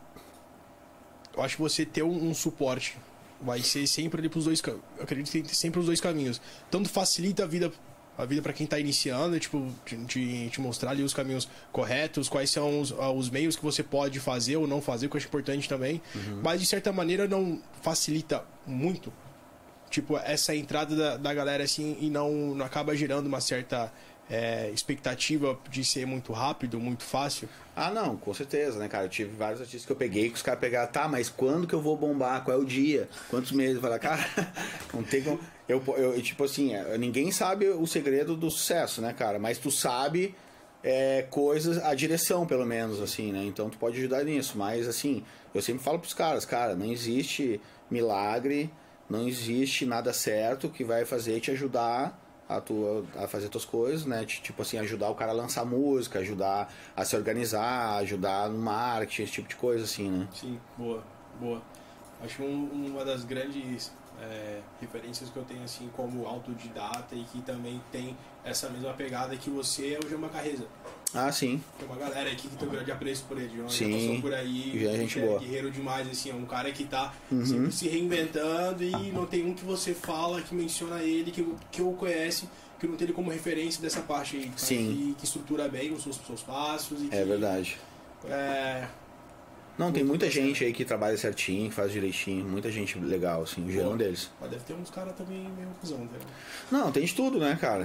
Eu acho que você ter um, um suporte vai ser sempre ali pros dois caminhos. Eu acredito que tem sempre os dois caminhos. Tanto facilita a vida. A vida para quem tá iniciando, tipo, te, te, te mostrar ali os caminhos corretos, quais são os, ah, os meios que você pode fazer ou não fazer, que eu acho importante também. Uhum. Mas de certa maneira não facilita muito, tipo, essa entrada da, da galera assim e não, não acaba gerando uma certa é, expectativa de ser muito rápido, muito fácil? Ah, não, com certeza, né, cara? Eu tive vários artistas que eu peguei que os caras pegaram, tá, mas quando que eu vou bombar? Qual é o dia? Quantos meses? Eu falei, cara, não tem como. Eu, eu, tipo assim, ninguém sabe o segredo do sucesso, né, cara? Mas tu sabe é, coisas, a direção, pelo menos, assim, né? Então tu pode ajudar nisso. Mas, assim, eu sempre falo pros caras, cara, não existe milagre, não existe nada certo que vai fazer te ajudar a, tua, a fazer tuas coisas, né? Tipo assim, ajudar o cara a lançar música, ajudar a se organizar, ajudar no marketing, esse tipo de coisa, assim, né? Sim, boa, boa. Acho um, uma das grandes é, referências que eu tenho, assim, como autodidata e que também tem essa mesma pegada que você é o Gilmar Carreza. Ah, sim. Tem uma galera aqui que tem um grande apreço por ele, já sim, passou por aí, é gente é boa. Guerreiro demais, assim, é um cara que tá uhum. sempre se reinventando e não tem um que você fala, que menciona ele, que, que o conhece, que não tem ele como referência dessa parte aí, sim. Que, que estrutura bem os seus, seus passos. E é que, verdade. É, Não, tem muita gente aí que trabalha certinho, que faz direitinho, muita gente legal, assim, o gerão deles. Mas deve ter uns caras também meio cuzão, né? Não, tem de tudo, né, cara?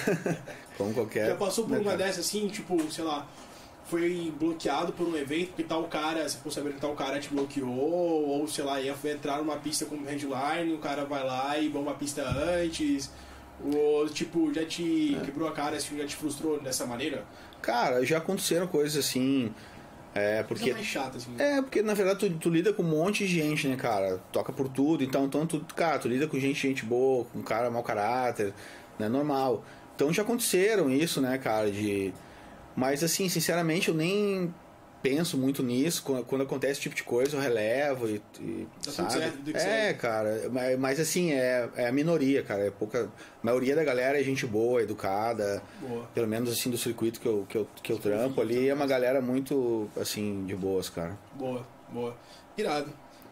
Como qualquer... Já passou por né, uma cara? dessas assim, tipo, sei lá, foi bloqueado por um evento porque tal cara, você ficou sabendo que tal cara te bloqueou, ou sei lá, ia entrar numa pista como headline, o cara vai lá e bomba a pista antes, ou tipo, já te é. quebrou a cara, assim, já te frustrou dessa maneira? Cara, já aconteceram coisas assim... É, porque, mais chato, assim, né? é, porque na verdade tu, tu lida com um monte de gente, né, cara? Toca por tudo, então, então tu, cara, tu lida com gente, gente boa, com cara mau caráter, né, normal. Então já aconteceram isso, né, cara, de... Mas assim, sinceramente, eu nem penso muito nisso, quando, quando acontece esse tipo de coisa, eu relevo e, e tá sabe? Tudo certo, tudo é, certo. cara, mas, mas assim, é, é a minoria, cara, é pouca... A maioria da galera é gente boa, educada, boa. Pelo menos assim, do circuito que eu, que eu, que eu trampo ali, é uma galera muito, assim, de boas, cara. Boa, boa. Irado.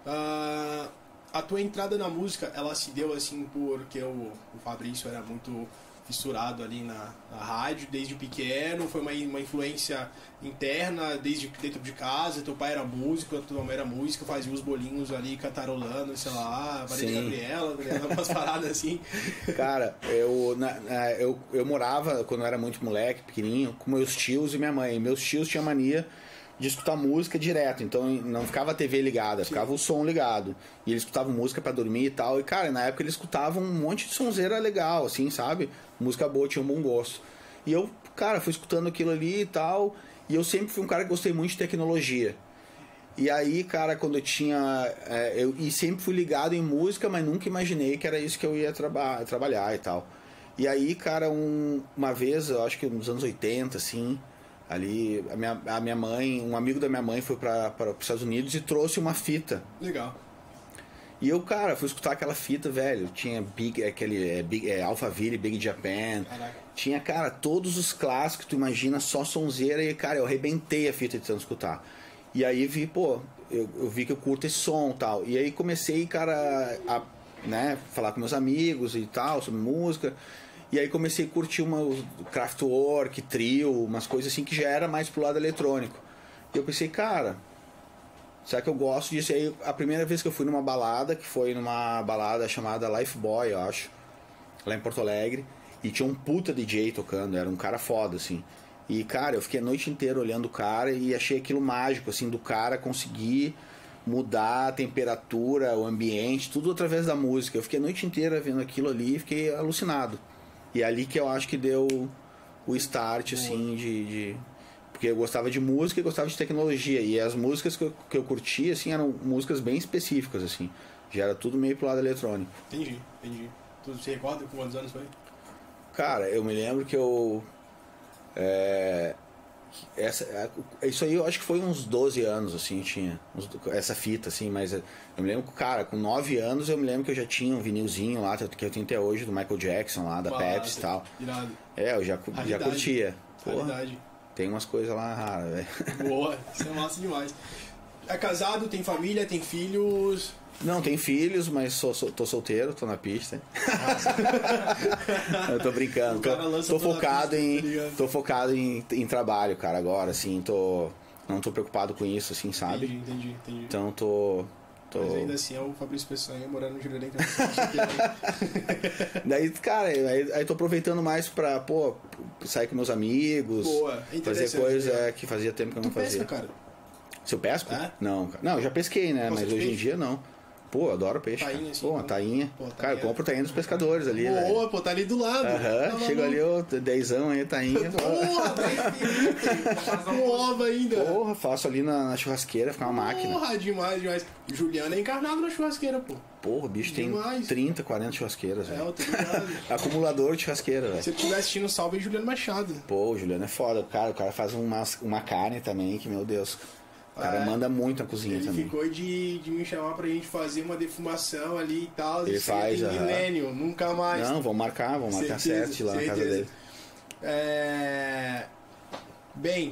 Uh, a tua entrada na música, ela se deu assim porque o, o Fabrício era muito fissurado ali na, na rádio desde pequeno, foi uma, uma influência interna desde dentro de casa, teu pai era músico, tua mãe era música, fazia os bolinhos ali cantarolando, sei lá, Maria Gabriela, Gabriela, umas paradas assim. Cara, eu, na, na, eu, eu morava, quando eu era muito moleque, pequenininho, com meus tios e minha mãe. E meus tios tinham mania de escutar música direto, então não ficava a T V ligada, Sim. ficava o som ligado. E eles escutavam música pra dormir e tal. E, cara, na época eles escutavam um monte de sonzeira legal, assim, sabe? Música boa, tinha um bom gosto. E eu, cara, fui escutando aquilo ali e tal. E eu sempre fui um cara que gostei muito de tecnologia. E aí, cara, quando eu tinha... É, eu, e sempre fui ligado em música, mas nunca imaginei que era isso que eu ia traba trabalhar e tal. E aí, cara, um, uma vez, eu acho que nos anos oitenta, assim... Ali, a minha, a minha mãe, um amigo da minha mãe foi para os Estados Unidos e trouxe uma fita. Legal. E eu, cara, fui escutar aquela fita, velho. Tinha Big, aquele, é, Big, é, Alphaville, Big Japan. Caraca. Tinha, cara, todos os clássicos, tu imagina, só sonzeira. E, cara, eu arrebentei a fita de tanto escutar. E aí vi, pô, eu, eu vi que eu curto esse som e tal. E aí comecei, cara, a né, falar com meus amigos e tal, sobre música. E aí comecei a curtir uma Kraftwerk, Trio, umas coisas assim que já era mais pro lado eletrônico. E eu pensei, cara, será que eu gosto disso? E aí a primeira vez que eu fui numa balada, que foi numa balada chamada Life Boy, eu acho, lá em Porto Alegre, e tinha um puta D J tocando, era um cara foda, assim. E, cara, eu fiquei a noite inteira olhando o cara e achei aquilo mágico, assim, do cara conseguir mudar a temperatura, o ambiente, tudo através da música. Eu fiquei a noite inteira vendo aquilo ali e fiquei alucinado. E é ali que eu acho que deu o start, assim, de, de... Porque eu gostava de música e gostava de tecnologia. E as músicas que eu, que eu curtia, assim, eram músicas bem específicas, assim. Já era tudo meio pro lado eletrônico. Entendi, entendi. Tu se recorda com quantos anos foi? Cara, eu me lembro que eu... É... Essa, isso aí eu acho que foi uns doze anos, assim, tinha uns, essa fita, assim, mas eu me lembro que, cara, com nove anos eu me lembro que eu já tinha um vinilzinho lá, que eu tenho até hoje, do Michael Jackson lá, da Basta, Pepsi e tal. Irado. É, eu já, já curtia. Porra, tem umas coisas lá raras, velho. Boa, isso é massa demais. É casado, tem família, tem filhos... Não, tem filhos, mas sou, sou, tô solteiro, tô na pista. Eu tô brincando, tô, tô focado pista, em. Tá tô focado em, em trabalho, cara, agora, assim, tô. Não tô preocupado com isso, assim, sabe? Entendi, entendi, entendi. Então tô. Tô... Mas ainda assim é o Fabrício Peçanha morando no Jurerê. Daí, cara, aí, aí tô aproveitando mais pra, pô, sair com meus amigos. Boa, fazer coisa é, que fazia tempo que eu não tu fazia. pesca, cara? Se eu pesco? É? Não, cara. Não, eu já pesquei, né? Gosta mas de hoje em peixe? dia não. Pô, eu adoro peixe. Tainha, Cara. assim, Pô, uma pô. tainha. Pô, Cara, tainha. eu compro tainha dos pescadores ali, velho. Boa, pô, tá ali do lado. Aham, Tá chega ali, maluco. ô, dezão aí, tainha. Porra, dez com ova ainda. Porra, faço ali na, na churrasqueira, fica uma máquina. Porra, demais, demais. Juliano é encarnado na churrasqueira, pô. Porra, o bicho Demais. tem trinta, quarenta churrasqueiras, É, velho. eu tô ligado. Acumulador de churrasqueira, velho. Se ele estiver assistindo, salve aí, Juliano Machado. Pô, o Juliano é foda, cara. O cara faz uma, uma carne também, que, meu Deus. O cara É. manda muito na cozinha Ele também. ficou de, de me chamar pra gente fazer uma defumação ali e tal. Ele Isso faz, tem aham. milênio, nunca mais. Não, vamos marcar, vamos marcar Certeza, certo lá na casa certeza. dele. É... Bem...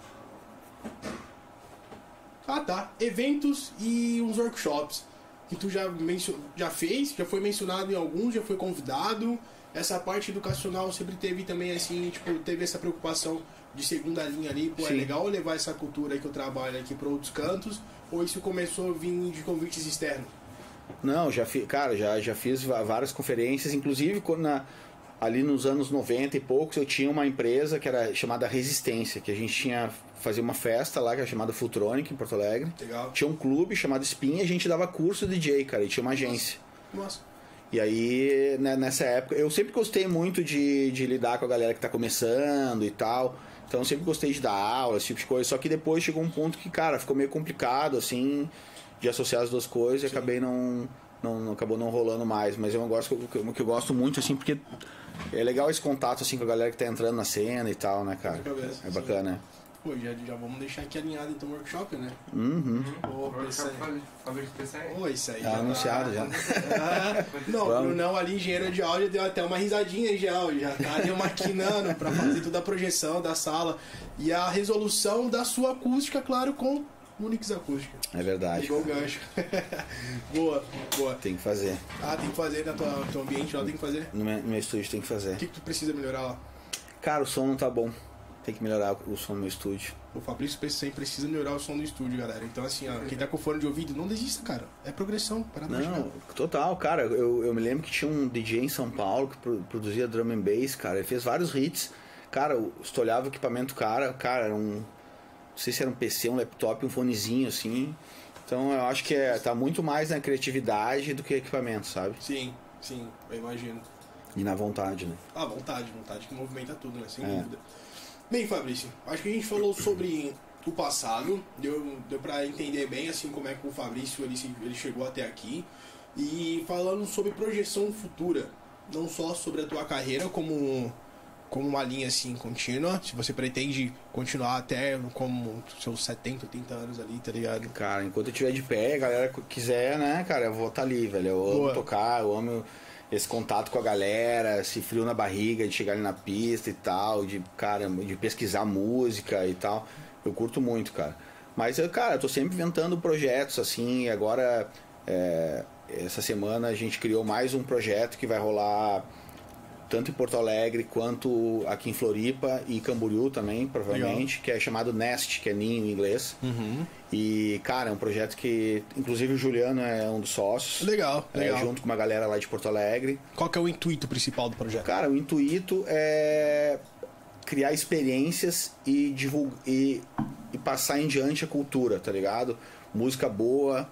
Ah, tá. Eventos e uns workshops. Que tu já, mencio... já fez, já foi mencionado em alguns, já foi convidado. Essa parte educacional sempre teve também, assim, tipo, teve essa preocupação de segunda linha ali, pô, é Sim. legal levar essa cultura aí que eu trabalho aqui para outros cantos, ou isso começou a vir de convites externos? Não, já fiz, cara, já, já fiz va- várias conferências, inclusive quando na, ali nos anos noventa e poucos eu tinha uma empresa que era chamada Resistência, que a gente tinha fazia uma festa lá que era chamada Futronic em Porto Alegre. Legal. Tinha um clube chamado Spin e a gente dava curso de D J, cara, e tinha uma agência. Nossa. E aí, né, nessa época, eu sempre gostei muito de, de lidar com a galera que tá começando e tal. Então eu sempre gostei de dar aula, esse tipo de coisa. Só que depois chegou um ponto que, cara, ficou meio complicado, assim, de associar as duas coisas e acabei não, não, não- acabou não rolando mais. Mas é um negócio que eu, que eu gosto muito, assim, porque é legal esse contato, assim, com a galera que tá entrando na cena e tal, né, cara? Cabeça, É sim. bacana, Pô, já, já vamos deixar aqui alinhado então o workshop, né? Uhum. Pô, pensei... Fabrício Peçanha. Pô, isso aí Tá já anunciado já. Ah, não, o Vamos. Brunão ali, engenheiro de áudio, deu até uma risadinha já, ó, já tá ali maquinando pra fazer toda a projeção da sala e a resolução da sua acústica, claro, com Unix acústica. É verdade. Pegou o gancho. Boa, boa. Tem que fazer. Ah, tem que fazer na tua, no teu ambiente lá, tem que fazer. No meu, no meu estúdio tem que fazer. O que, que tu precisa melhorar lá? Cara, o som não tá bom. Tem que melhorar o som no meu estúdio. O Fabrício sempre precisa melhorar o som do estúdio, galera. Então, assim, ó, quem tá com fone de ouvido, não desista, cara. É progressão, para Não, total, cara. Eu, eu me lembro que tinha um D J em São Paulo que pro- produzia drum and bass, cara. Ele fez vários hits. Cara, se tu olhava o equipamento, cara, cara, era um. Não sei se era um P C, um laptop, um fonezinho, assim. Então eu acho que é, tá muito mais na criatividade do que equipamento, sabe? Sim, sim, eu imagino. E na vontade, né? Ah, vontade, vontade que movimenta tudo, né? Sem É. dúvida. Bem, Fabrício, acho que a gente falou sobre o passado, deu, deu pra entender bem, assim, como é que o Fabrício ele, se- ele chegou até aqui. E falando sobre projeção futura, não só sobre a tua carreira como, como uma linha, assim, contínua, se você pretende continuar até como seus setenta, oitenta anos ali, tá ligado? Cara, enquanto eu estiver de pé, a galera quiser, né, cara, eu vou estar ali, velho. Eu Boa. amo tocar, eu amo esse contato com a galera, esse frio na barriga de chegar ali na pista e tal, de, cara, de pesquisar música e tal. Eu curto muito, cara. Mas, eu, cara, eu tô sempre inventando projetos, assim, e agora, é, essa semana a gente criou mais um projeto que vai rolar tanto em Porto Alegre quanto aqui em Floripa e Camboriú também, provavelmente, que é chamado Nest, que é ninho em inglês. Uhum. E, cara, é um projeto que, inclusive, o Juliano é um dos sócios. Legal, É, legal. junto com uma galera lá de Porto Alegre. Qual que é o intuito principal do projeto? Cara, o intuito é criar experiências e divulgar e, e passar em diante a cultura, tá ligado? Música boa,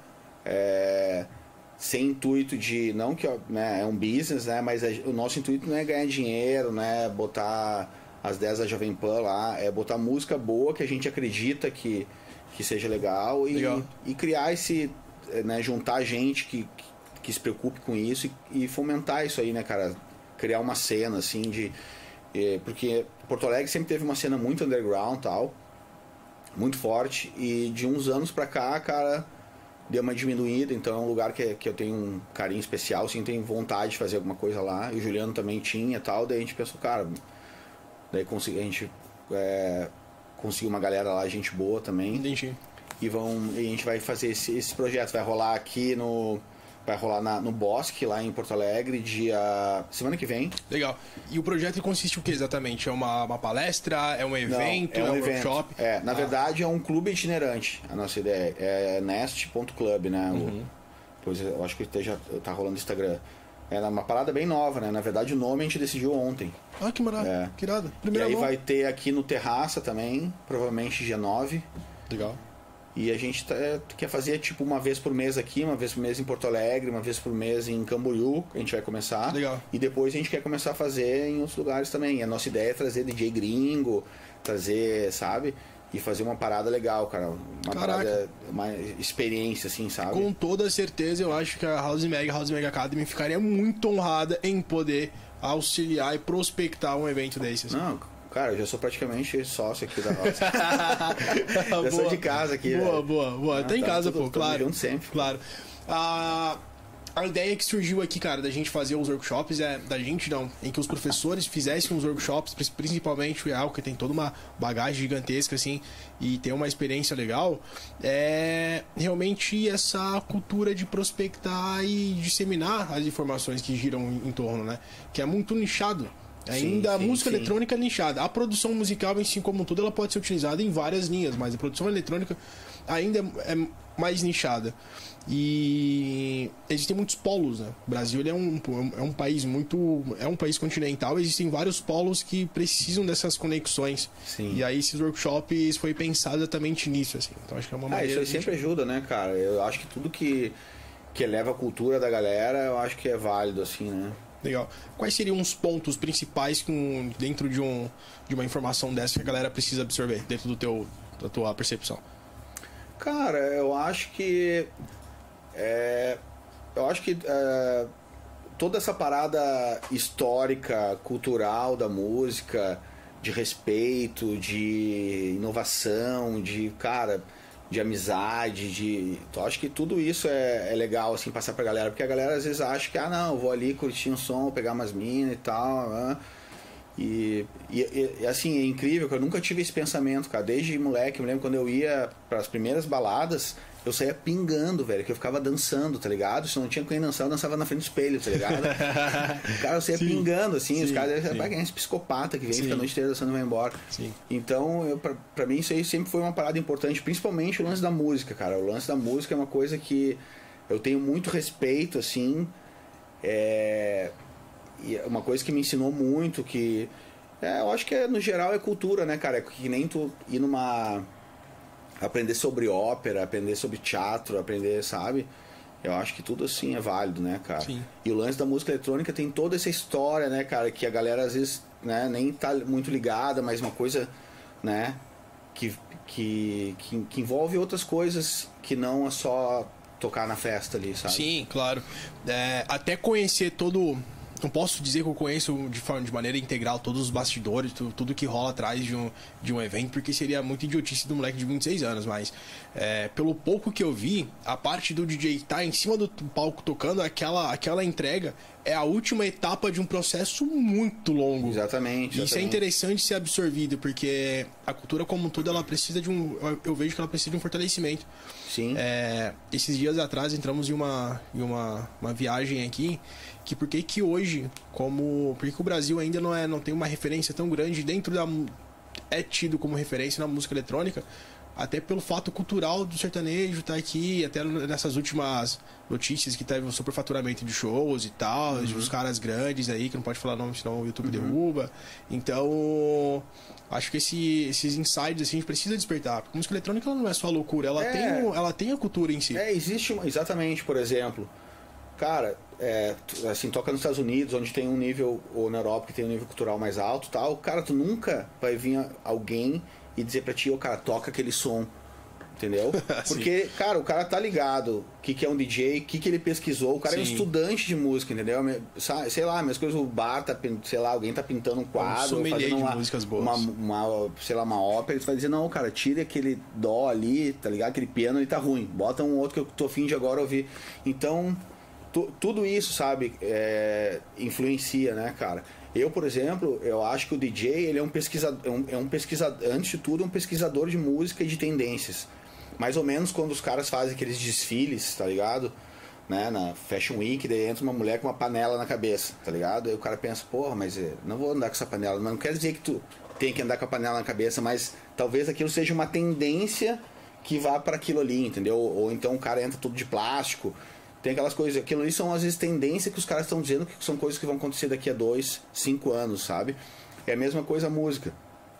é, sem intuito de, não que, né, é um business, né, mas é- o nosso intuito não é ganhar dinheiro, né, botar as dez da Jovem Pan lá, é botar música boa que a gente acredita que, que seja legal e, Legal. e criar esse, né, juntar gente que, que, que se preocupe com isso e, e fomentar isso aí, né, cara, criar uma cena, assim, de... eh, porque Porto Alegre sempre teve uma cena muito underground e tal, muito forte, e de uns anos pra cá, cara, deu uma diminuída, então é um lugar que, que eu tenho um carinho especial, assim, tenho vontade de fazer alguma coisa lá, e o Juliano também tinha e tal, daí a gente pensou, cara, daí consegui, a gente é, conseguiu uma galera lá, gente boa também, Entendi. e, vão, e a gente vai fazer esse, esse projeto, vai rolar aqui no, Vai rolar na, no Bosque, lá em Porto Alegre, dia... semana que vem. Legal. E o projeto consiste em o que exatamente? É uma, uma palestra? É um evento? Não, é um, é um evento. workshop? É, na ah. verdade é um clube itinerante, a nossa ideia. É nest ponto club, né? Uhum. O, pois eu acho que já tá rolando no Instagram. É uma parada bem nova, né? Na verdade o nome a gente decidiu ontem. Ah, que maravilha. É. Que irado. Primeira e aí mão. Vai ter aqui no Terraça também, provavelmente dia nove. Legal. E a gente tá, quer fazer tipo uma vez por mês aqui, uma vez por mês em Porto Alegre, uma vez por mês em Camboriú, a gente vai começar. Legal. E depois a gente quer começar a fazer em outros lugares também. E a nossa ideia é trazer D J gringo, trazer, sabe? E fazer uma parada legal, cara. Uma Caraca. parada, uma experiência, assim, sabe? Com toda certeza, eu acho que a House Mega, House Mega Academy ficaria muito honrada em poder auxiliar e prospectar um evento desse. Assim. Não, cara, eu já sou praticamente sócio aqui da House. já sou de casa aqui. Boa, velho. boa, boa. Ah, tá em casa, tudo, pô, claro. Junto sempre. Claro. Ah... A ideia que surgiu aqui, cara, da gente fazer os workshops, é da gente não, em que os professores fizessem os workshops, principalmente o Real, que tem toda uma bagagem gigantesca, assim, e tem uma experiência legal, é realmente essa cultura de prospectar e disseminar as informações que giram em, em torno, né? Que é muito nichado. Ainda sim, a sim, música sim. eletrônica é nichada. A produção musical em si como um todo, ela pode ser utilizada em várias linhas, mas a produção eletrônica ainda é, é mais nichada. E existem muitos polos, né? O Brasil ele é, um, é um país muito... É um país continental, existem vários polos que precisam dessas conexões. Sim. E aí esses workshops foi pensado exatamente nisso, assim. Então acho que é uma maneira... Ah, isso aí sempre gente... ajuda, né, cara? Eu acho que tudo que, que eleva a cultura da galera, eu acho que é válido, assim, né? Legal. Quais seriam os pontos principais com, dentro de, um, de uma informação dessa que a galera precisa absorver, dentro do teu, da tua percepção? Cara, eu acho que... É, eu acho que é, toda essa parada histórica, cultural da música, de respeito, de inovação, de, cara, de amizade, de... Eu acho que tudo isso é, é legal, assim, passar pra galera, porque a galera às vezes acha que, ah, não, eu vou ali curtir um som, pegar umas minas e tal, né? E, e, e assim, é incrível que eu nunca tive esse pensamento, cara. Desde moleque, eu me lembro quando eu ia para as primeiras baladas, eu saía pingando, velho, que eu ficava dançando, tá ligado? Se não tinha quem dançar, eu dançava na frente do espelho, tá ligado? Cara, eu saía sim, pingando, assim, sim, os caras, é esse psicopata que vem, sim. fica a noite inteira dançando e vai embora. Sim. Então, eu, pra, pra mim, isso aí sempre foi uma parada importante, principalmente o lance da música, cara. O lance da música é uma coisa que eu tenho muito respeito, assim, é... E uma coisa que me ensinou muito, que é, eu acho que é, no geral é cultura, né, cara? É que nem tu ir numa... aprender sobre ópera, aprender sobre teatro, aprender, sabe? Eu acho que tudo assim é válido, né, cara? Sim. E o lance da música eletrônica tem toda essa história, né, cara? Que a galera às vezes, né, nem tá muito ligada, mas uma coisa, né, que, que, que, que envolve outras coisas que não é só tocar na festa ali, sabe? Sim, claro. É, até conhecer todo... Não posso dizer que eu conheço de, forma, de maneira integral todos os bastidores, tudo, tudo que rola atrás de um, de um evento, porque seria muito idiotice do moleque de vinte e seis anos, mas é, pelo pouco que eu vi, a parte do D J estar tá em cima do palco tocando, aquela, aquela entrega é a última etapa de um processo muito longo. Exatamente. E isso é interessante ser absorvido, porque a cultura como um todo, ela precisa de um... Eu vejo que ela precisa de um fortalecimento. Sim. É, esses dias atrás entramos em uma, em uma, uma viagem aqui, que por que que hoje, como... Por que que o Brasil ainda não, é, não tem uma referência tão grande dentro da... É tido como referência na música eletrônica, até pelo fato cultural do sertanejo estar tá aqui, até nessas últimas notícias que teve um superfaturamento de shows e tal, uhum. os caras grandes aí, que não pode falar nome, senão o YouTube uhum. derruba. Então, acho que esse, esses insights assim, a gente precisa despertar. Porque a música eletrônica ela não é só loucura, ela, é, tem, ela tem a cultura em si. É, existe uma, exatamente, por exemplo, cara, é, assim, toca nos Estados Unidos, onde tem um nível, ou na Europa, que tem um nível cultural mais alto tal, cara, tu nunca vai vir alguém e dizer pra ti, ô, oh, cara, toca aquele som, entendeu? Porque, cara, o cara tá ligado o que, que é um D J, o que, que ele pesquisou, o cara Sim. é um estudante de música, entendeu? Sei lá, minhas coisas, o bar tá, sei lá, alguém tá pintando um quadro, um fazendo uma, músicas boas. Uma, uma, sei lá, uma ópera, tu vai dizer, não, cara, tire aquele dó ali, tá ligado? Aquele piano ali tá ruim, bota um outro que eu tô afim de agora ouvir. Então, tu, tudo isso, sabe, é, influencia, né, cara? Eu, por exemplo, eu acho que o D J, ele é um pesquisador, é um, é um pesquisador, antes de tudo, um pesquisador de música e de tendências. Mais ou menos quando os caras fazem aqueles desfiles, tá ligado? né, na Fashion Week, daí entra uma mulher com uma panela na cabeça, tá ligado? Aí o cara pensa, porra, mas eh, não vou andar com essa panela. Mas não quer dizer que tu tem que andar com a panela na cabeça, mas talvez aquilo seja uma tendência que vá para aquilo ali, entendeu? Ou então o cara entra tudo de plástico. Tem aquelas coisas, aquilo ali são às vezes tendências que os caras estão dizendo que são coisas que vão acontecer daqui a dois, cinco anos, sabe? É a mesma coisa a música.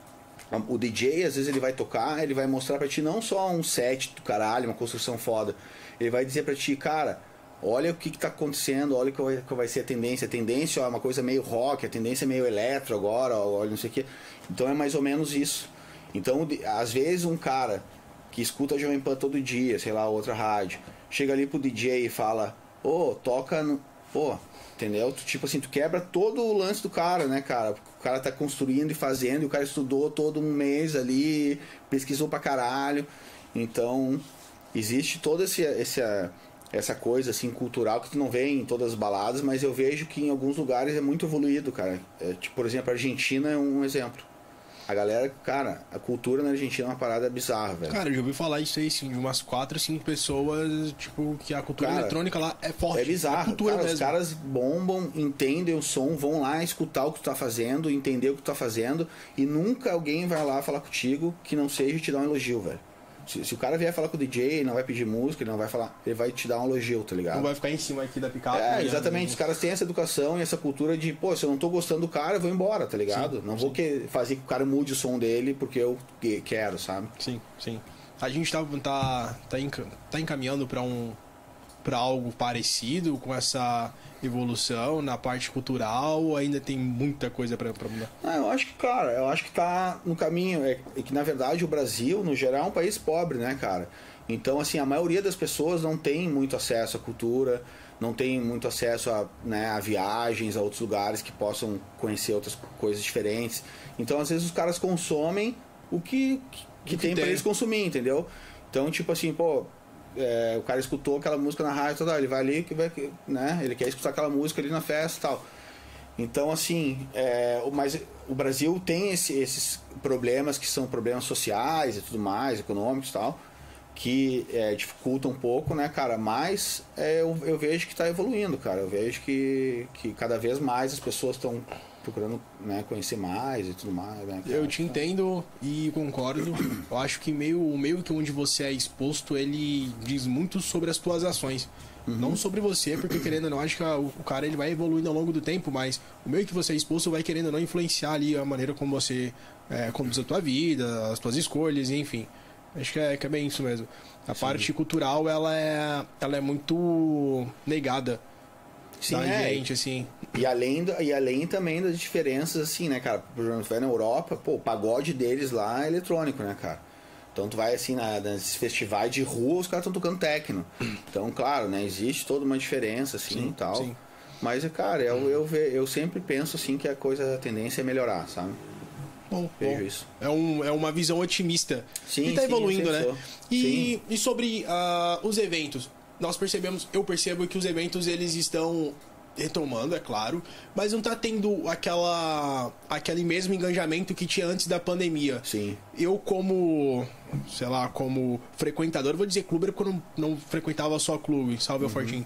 O D J, às vezes, ele vai tocar, ele vai mostrar pra ti não só um set do caralho, uma construção foda. Ele vai dizer pra ti, cara, olha o que, que tá acontecendo, olha qual vai, qual vai ser a tendência. A tendência ó, é uma coisa meio rock, a tendência é meio eletro agora, olha não sei o que. Então é mais ou menos isso. Então, às vezes, um cara que escuta a Jovem Pan todo dia, sei lá, outra rádio, chega ali pro D J e fala, ô, oh, toca no... Pô, entendeu? Tu, tipo assim, tu quebra todo o lance do cara, né, cara? O cara tá construindo e fazendo, e o cara estudou todo um mês ali, pesquisou pra caralho. Então, existe toda esse, essa, essa coisa, assim, cultural que tu não vê em todas as baladas, mas eu vejo que em alguns lugares é muito evoluído, cara. É, tipo, por exemplo, a Argentina é um exemplo. A galera, cara, a cultura na Argentina é uma parada bizarra, velho. Cara, eu já ouvi falar isso aí, sim, de umas quatro, cinco pessoas, tipo, que a cultura cara, eletrônica lá é forte. É bizarro. É cultura cara, mesmo. Os caras bombam, entendem o som, vão lá escutar o que tu tá fazendo, entender o que tu tá fazendo, e nunca alguém vai lá falar contigo que não seja te dar um elogio, velho. Se, se o cara vier falar com o D J, ele não vai pedir música, ele não vai falar, ele vai te dar um elogio, tá ligado? Não vai ficar em cima aqui da picape. É, exatamente. Os caras têm essa educação e essa cultura de, pô, se eu não tô gostando do cara, eu vou embora, tá ligado? Sim, não sim. vou que, fazer que o cara mude o som dele porque eu quero, sabe? Sim, sim. A gente tá, tá, tá, enca, tá encaminhando pra um para algo parecido com essa evolução na parte cultural, ou ainda tem muita coisa para mudar? Ah, eu acho que, cara, eu acho que tá no caminho. É, é que, na verdade, o Brasil, no geral, é um país pobre, né, cara? Então, assim, a maioria das pessoas não tem muito acesso à cultura, não tem muito acesso a, né, a viagens, a outros lugares que possam conhecer outras coisas diferentes. Então, às vezes, os caras consomem o que, que, que, que tem, tem. para eles consumir, entendeu? Então, tipo assim, pô... É, o cara escutou aquela música na rádio, tal, ele vai ali, que vai, né? Ele quer escutar aquela música ali na festa e tal. Então, assim, é, mas o Brasil tem esse, esses problemas que são problemas sociais e tudo mais, econômicos e tal, que é, dificultam um pouco, né, cara? Mas é, eu, eu vejo que está evoluindo, cara. Eu vejo que, que cada vez mais as pessoas estão procurando, né, conhecer mais e tudo mais, né, eu te entendo e concordo. Eu acho que meio, o meio que onde você é exposto, ele diz muito sobre as tuas ações. Uhum. Não sobre você, porque querendo ou não, acho que o, o cara ele vai evoluindo ao longo do tempo, mas o meio que você é exposto vai querendo ou não influenciar ali a maneira como você é, conduz a tua vida, as tuas escolhas, enfim. Acho que é, que é bem isso mesmo. A Sim. parte cultural, ela é, ela é muito negada. Sim, é. Gente, assim. E além, do, e além também das diferenças, assim, né, cara? Por exemplo, tu vai na Europa, pô, o pagode deles lá é eletrônico, né, cara? Então tu vai, assim, na, nesses festivais de rua, os caras estão tocando techno. Então, claro, né, existe toda uma diferença, assim, sim, e tal. Sim. Mas, cara, eu, eu, eu sempre penso, assim, que a coisa, a tendência é melhorar, sabe? Bom, Vejo bom. isso. É, um, é uma visão otimista. Sim, e tá sim, evoluindo, né? Sou. E, e sobre uh, os eventos? Nós percebemos, eu percebo que os eventos, eles estão retomando, é claro, mas não tá tendo aquela aquele mesmo engajamento que tinha antes da pandemia. Sim. Eu como, sei lá, como frequentador, vou dizer clube porque eu não, não frequentava só clube, salve ao uhum. Fortinho,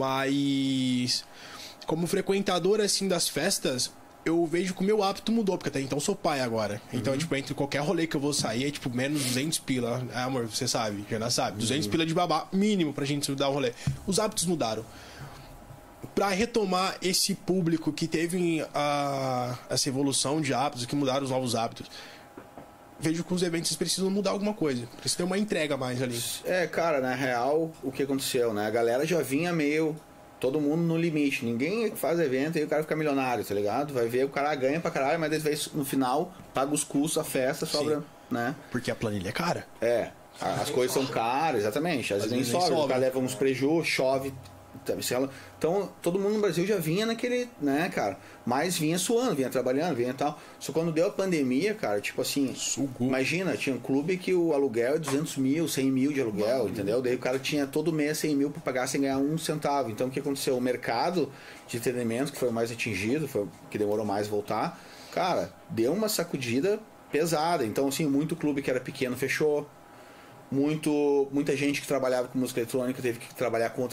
mas como frequentador, assim, das festas, eu vejo que o meu hábito mudou, porque até então eu sou pai agora. Então, uhum. tipo, entre qualquer rolê que eu vou sair, é tipo menos duzentos pila. É, amor, você sabe, já não sabe. duzentos uhum. pila de babá, mínimo pra gente dar o rolê. Os hábitos mudaram. Pra retomar esse público que teve a, essa evolução de hábitos, que mudaram os novos hábitos, vejo que os eventos precisam mudar alguma coisa. Precisa ter uma entrega mais ali. É, cara, na real, o que aconteceu, né? A galera já vinha meio... Todo mundo no limite. Ninguém faz evento e o cara fica milionário, tá ligado? Vai ver, o cara ganha pra caralho, mas às no final paga os custos, a festa, sobra, Sim. né? Porque a planilha é cara. É. As coisas são caras, exatamente. Às, Às vezes nem sobra. O cara leva uns preju, chove. Então, todo mundo no Brasil já vinha naquele, né, cara? Mas vinha suando, vinha trabalhando, vinha tal. Só quando deu a pandemia, cara, tipo assim, Sugo. imagina, tinha um clube que o aluguel é duzentos mil, cem mil de aluguel, entendeu? Daí o cara tinha todo mês cem mil pra pagar sem ganhar um centavo. Então, o que aconteceu? O mercado de entretenimento, que foi o mais atingido, foi o que demorou mais a voltar, cara, deu uma sacudida pesada. Então, assim, muito clube que era pequeno fechou. Muito, muita gente que trabalhava com música eletrônica teve que trabalhar contra...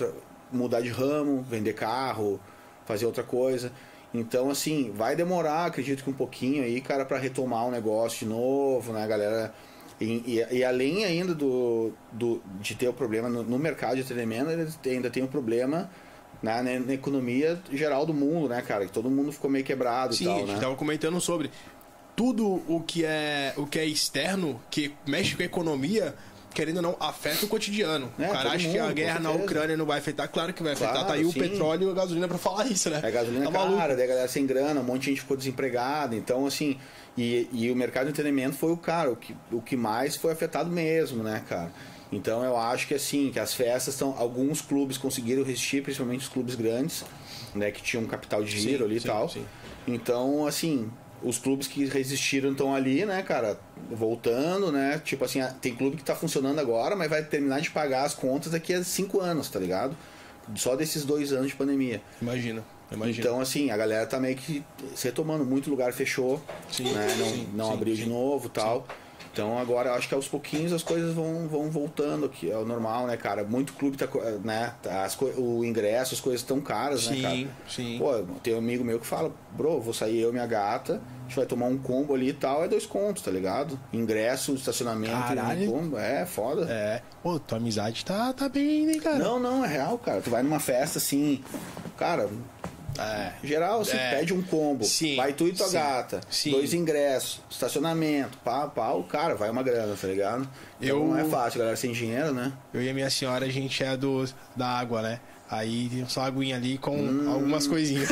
mudar de ramo, vender carro, fazer outra coisa. Então, assim, vai demorar, acredito que um pouquinho aí, cara, para retomar o negócio de novo, né, galera? E, e, e além ainda do, do, de ter o problema no, no mercado de entretenimento, ele ainda tem o um problema na, na, na economia geral do mundo, né, cara? Que todo mundo ficou meio quebrado. Sim, e tal, a gente né? tava comentando sobre tudo o que é, o que é externo, que mexe com a economia, querendo ou não, afeta o cotidiano. É, o cara acha mundo, que a guerra na certeza. Ucrânia não vai afetar, claro que vai afetar. Claro, tá aí o sim. petróleo e a gasolina pra falar isso, né? É, a gasolina tá cara, maluco. daí a galera sem grana, um monte de gente ficou desempregada. Então, assim, e, e o mercado de entretenimento foi o cara, o que, o que mais foi afetado mesmo, né, cara? Então eu acho que assim, que as festas estão. Alguns clubes conseguiram resistir, principalmente os clubes grandes, né, que tinham um capital de giro Sim, ali e sim, tal. sim. Então, assim, os clubes que resistiram estão ali, né, cara, voltando, né? Tipo assim, tem clube que tá funcionando agora, mas vai terminar de pagar as contas daqui a cinco anos, tá ligado? Só desses dois anos de pandemia. Imagina, imagina. Então, assim, a galera tá meio que se retomando. Muito lugar fechou, Sim, né? Não, sim, não sim, abriu sim. de novo e tal. Então agora eu acho que aos pouquinhos as coisas vão, vão voltando aqui ao normal, né, cara? Muito clube tá, né? As, o ingresso, as coisas estão caras, Sim, né, cara? sim. Pô, tem um amigo meu que fala, bro, vou sair eu e minha gata, a gente vai tomar um combo ali e tal, é dois contos, tá ligado? Ingresso, estacionamento, Caralho. um combo, é foda. É. Pô, tua amizade tá, tá bem ainda, hein, cara? Não, não, é real, cara. Tu vai numa festa assim, cara, É. geral, você É. pede um combo, Sim, vai tu e tua sim, gata, sim. dois ingressos, estacionamento, pá, pá, o cara, vai uma grana, tá ligado? Então Eu- não é fácil, galera sem dinheiro, né? Eu e a minha senhora, a gente é do, da água, né? Aí tem só aguinha ali com Hum. algumas coisinhas.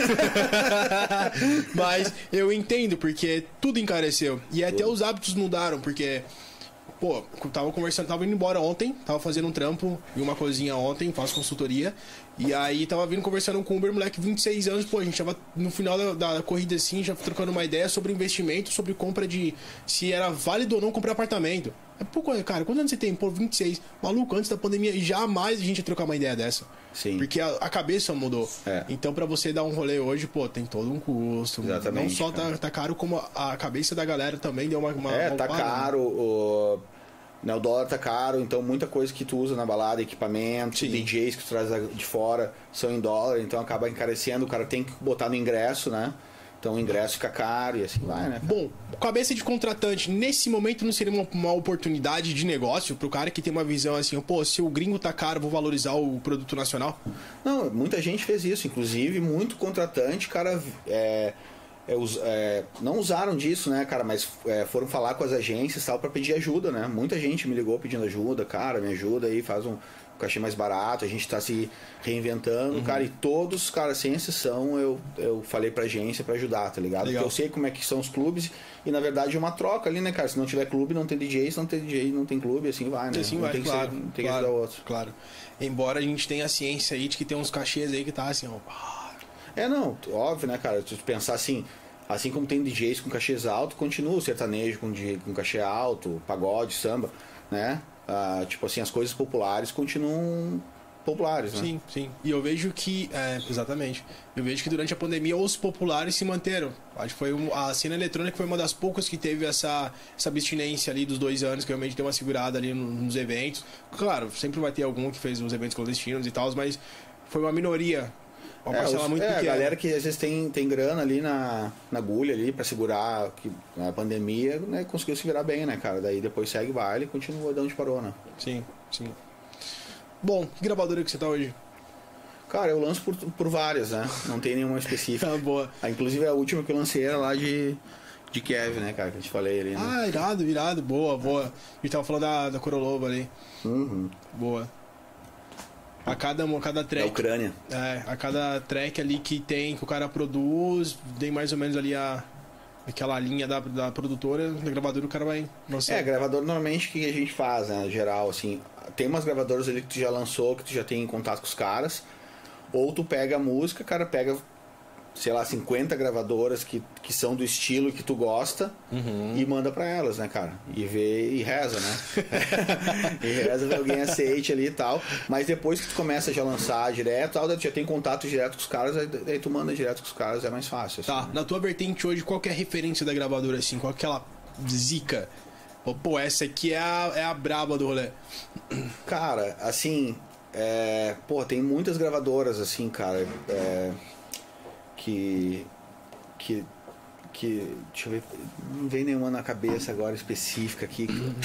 Mas eu entendo, porque tudo encareceu. E até os hábitos mudaram, porque... Pô, eu tava conversando, tava indo embora ontem, tava fazendo um trampo em uma cozinha ontem, faço consultoria. E aí tava vindo conversando com o Uber, moleque, vinte e seis anos, pô, a gente tava no final da, da corrida assim, já trocando uma ideia sobre investimento, sobre compra de... Se era válido ou não comprar apartamento. É, pô, cara, quantos anos você tem? Pô, vinte e seis. Maluco, antes da pandemia, jamais a gente ia trocar uma ideia dessa. Sim. Porque a, a cabeça mudou. É. Então, pra você dar um rolê hoje, pô, tem todo um custo. Exatamente, Não só cara. tá, tá caro, como a, a cabeça da galera também deu uma... uma É, uma tá upada, né? caro, o, né, o dólar tá caro, então muita coisa que tu usa na balada, equipamento, Sim. D Js que tu traz de fora são em dólar, então acaba encarecendo, o cara tem que botar no ingresso, né? Então o ingresso fica caro e assim vai, né? Bom, cabeça de contratante, nesse momento não seria uma, uma oportunidade de negócio pro cara que tem uma visão assim, pô, se o gringo tá caro, vou valorizar o produto nacional? Não, muita gente fez isso, inclusive muito contratante, cara, é, é, us- é, não usaram disso, né, cara, mas é, foram falar com as agências e tal pra pedir ajuda, né? Muita gente me ligou pedindo ajuda, cara, me ajuda aí, faz um cachê mais barato, a gente tá se reinventando, cara, e todos, cara, sem exceção, eu, eu falei pra agência pra ajudar, tá ligado? Legal. Porque eu sei como é que são os clubes e na verdade é uma troca ali, né, cara? Se não tiver clube, não tem D J, se não tem D J, não tem clube, assim vai, né? Assim Um vai, tem que claro. ser, tem que claro, ajudar o outro. Claro. Embora a gente tenha a ciência aí de que tem uns cachês aí que tá assim, ó. ah, É, não, óbvio, né, cara? Se tu pensar assim, assim como tem D Js com cachês altos, continua o sertanejo com, D J com cachê alto, pagode, samba, né? Ah, tipo assim, as coisas populares continuam populares, né? Sim, sim. E eu vejo que, é, exatamente. Eu vejo que durante a pandemia os populares se manteram. Acho que foi um- a cena eletrônica foi uma das poucas que teve essa, essa abstinência ali dos dois anos, que realmente deu uma segurada ali no- nos eventos. Claro, sempre vai ter algum que fez os eventos clandestinos e tal, mas foi uma minoria. Uma É, parcela os- muito é, a pequena. galera que às vezes tem, tem grana ali na, na agulha ali pra segurar que, a pandemia, né, conseguiu se virar bem, né, cara? Daí depois segue o baile e continua de onde parou, né? Sim, sim. Bom, que gravadora que você tá hoje? Cara, eu lanço por, por várias, né? Não tem nenhuma específica. Tá boa. Ah, inclusive a última que eu lancei era lá de, de Kiev, né, cara? Que eu te falei ali, né? Ah, irado, irado. Boa, boa. A gente tava falando da, da Coroloba ali. Uhum. Boa. A cada, a cada Da track. Ucrânia. É, a cada track ali que tem, que o cara produz, tem mais ou menos ali a, aquela linha da, da produtora, da gravadora, o cara vai lançar. É, gravador normalmente o que a gente faz, né? Geral, assim, tem umas gravadoras ali que tu já lançou, que tu já tem contato com os caras, ou tu pega a música, cara, pega, sei lá, cinquenta gravadoras que, que são do estilo que tu gosta e manda pra elas, né, cara? E vê e reza, né? e reza que alguém aceite ali e tal. Mas depois que tu começa já a lançar direto, tal, daí tu já tem contato direto com os caras, aí, daí tu manda direto com os caras, é mais fácil. assim, Tá, né? na tua vertente hoje, qual que é a referência da gravadora, assim? Qual que é aquela zica? Pô, Pô, essa aqui é a, é a braba do rolê. Cara, assim, é, pô, tem muitas gravadoras assim, cara, é, que, que, que, deixa eu ver, não vem nenhuma na cabeça agora específica aqui.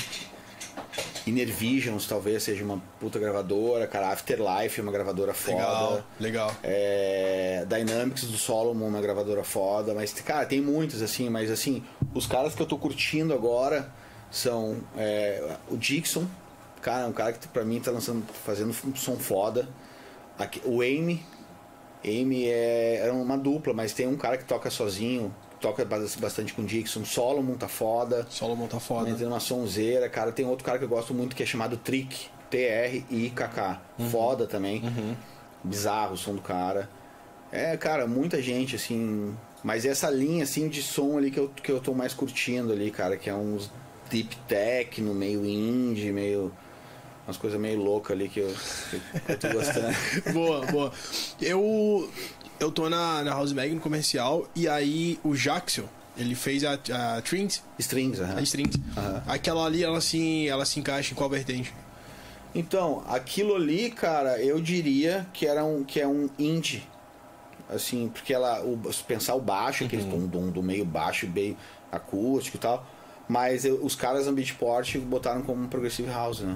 Innervisions talvez seja uma puta gravadora, cara. Afterlife é uma gravadora foda. Legal, legal. É, Dynamics do Solomon é uma gravadora foda. Mas, cara, tem muitos, assim. Mas, assim, os caras que eu tô curtindo agora são é, o Dixon. Cara, é um cara que pra mim tá lançando, fazendo um som foda. Aqui, o Amy. Amy é, é uma dupla, mas tem um cara que toca sozinho. Toca bastante com o Dixon. Solomon tá foda. Solomon tá foda. Tem uma sonzeira, cara. Tem outro cara que eu gosto muito que é chamado Trick. T R I K K. Uhum. Foda também. Uhum. Bizarro o som do cara. É, cara, muita gente, assim. Mas essa linha, assim, de som ali que eu, que eu tô mais curtindo ali, cara. Que é uns deep techno, meio indie, meio... Umas coisas meio loucas ali que eu, que eu tô gostando. Boa, boa. Eu... Eu tô na, na House Mag no comercial e aí o Jackson, ele fez a, a Strings. Strings, aham. A Strings. Aham. Aquela ali, ela se, ela se encaixa em qual vertente? Então, aquilo ali, cara, eu diria que, era um, que é um indie. Assim, porque ela, o, se pensar o baixo, uhum. aquele tom do, do meio baixo, bem acústico e tal. Mas eu, os caras no Beatport botaram como um Progressive House, né?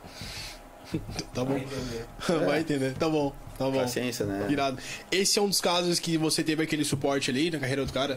Tá bom. Vai entender. Vai entender. Tá bom. Tá bom. Paciência, né? Irado. Esse é um dos casos que você teve aquele suporte ali na carreira do cara?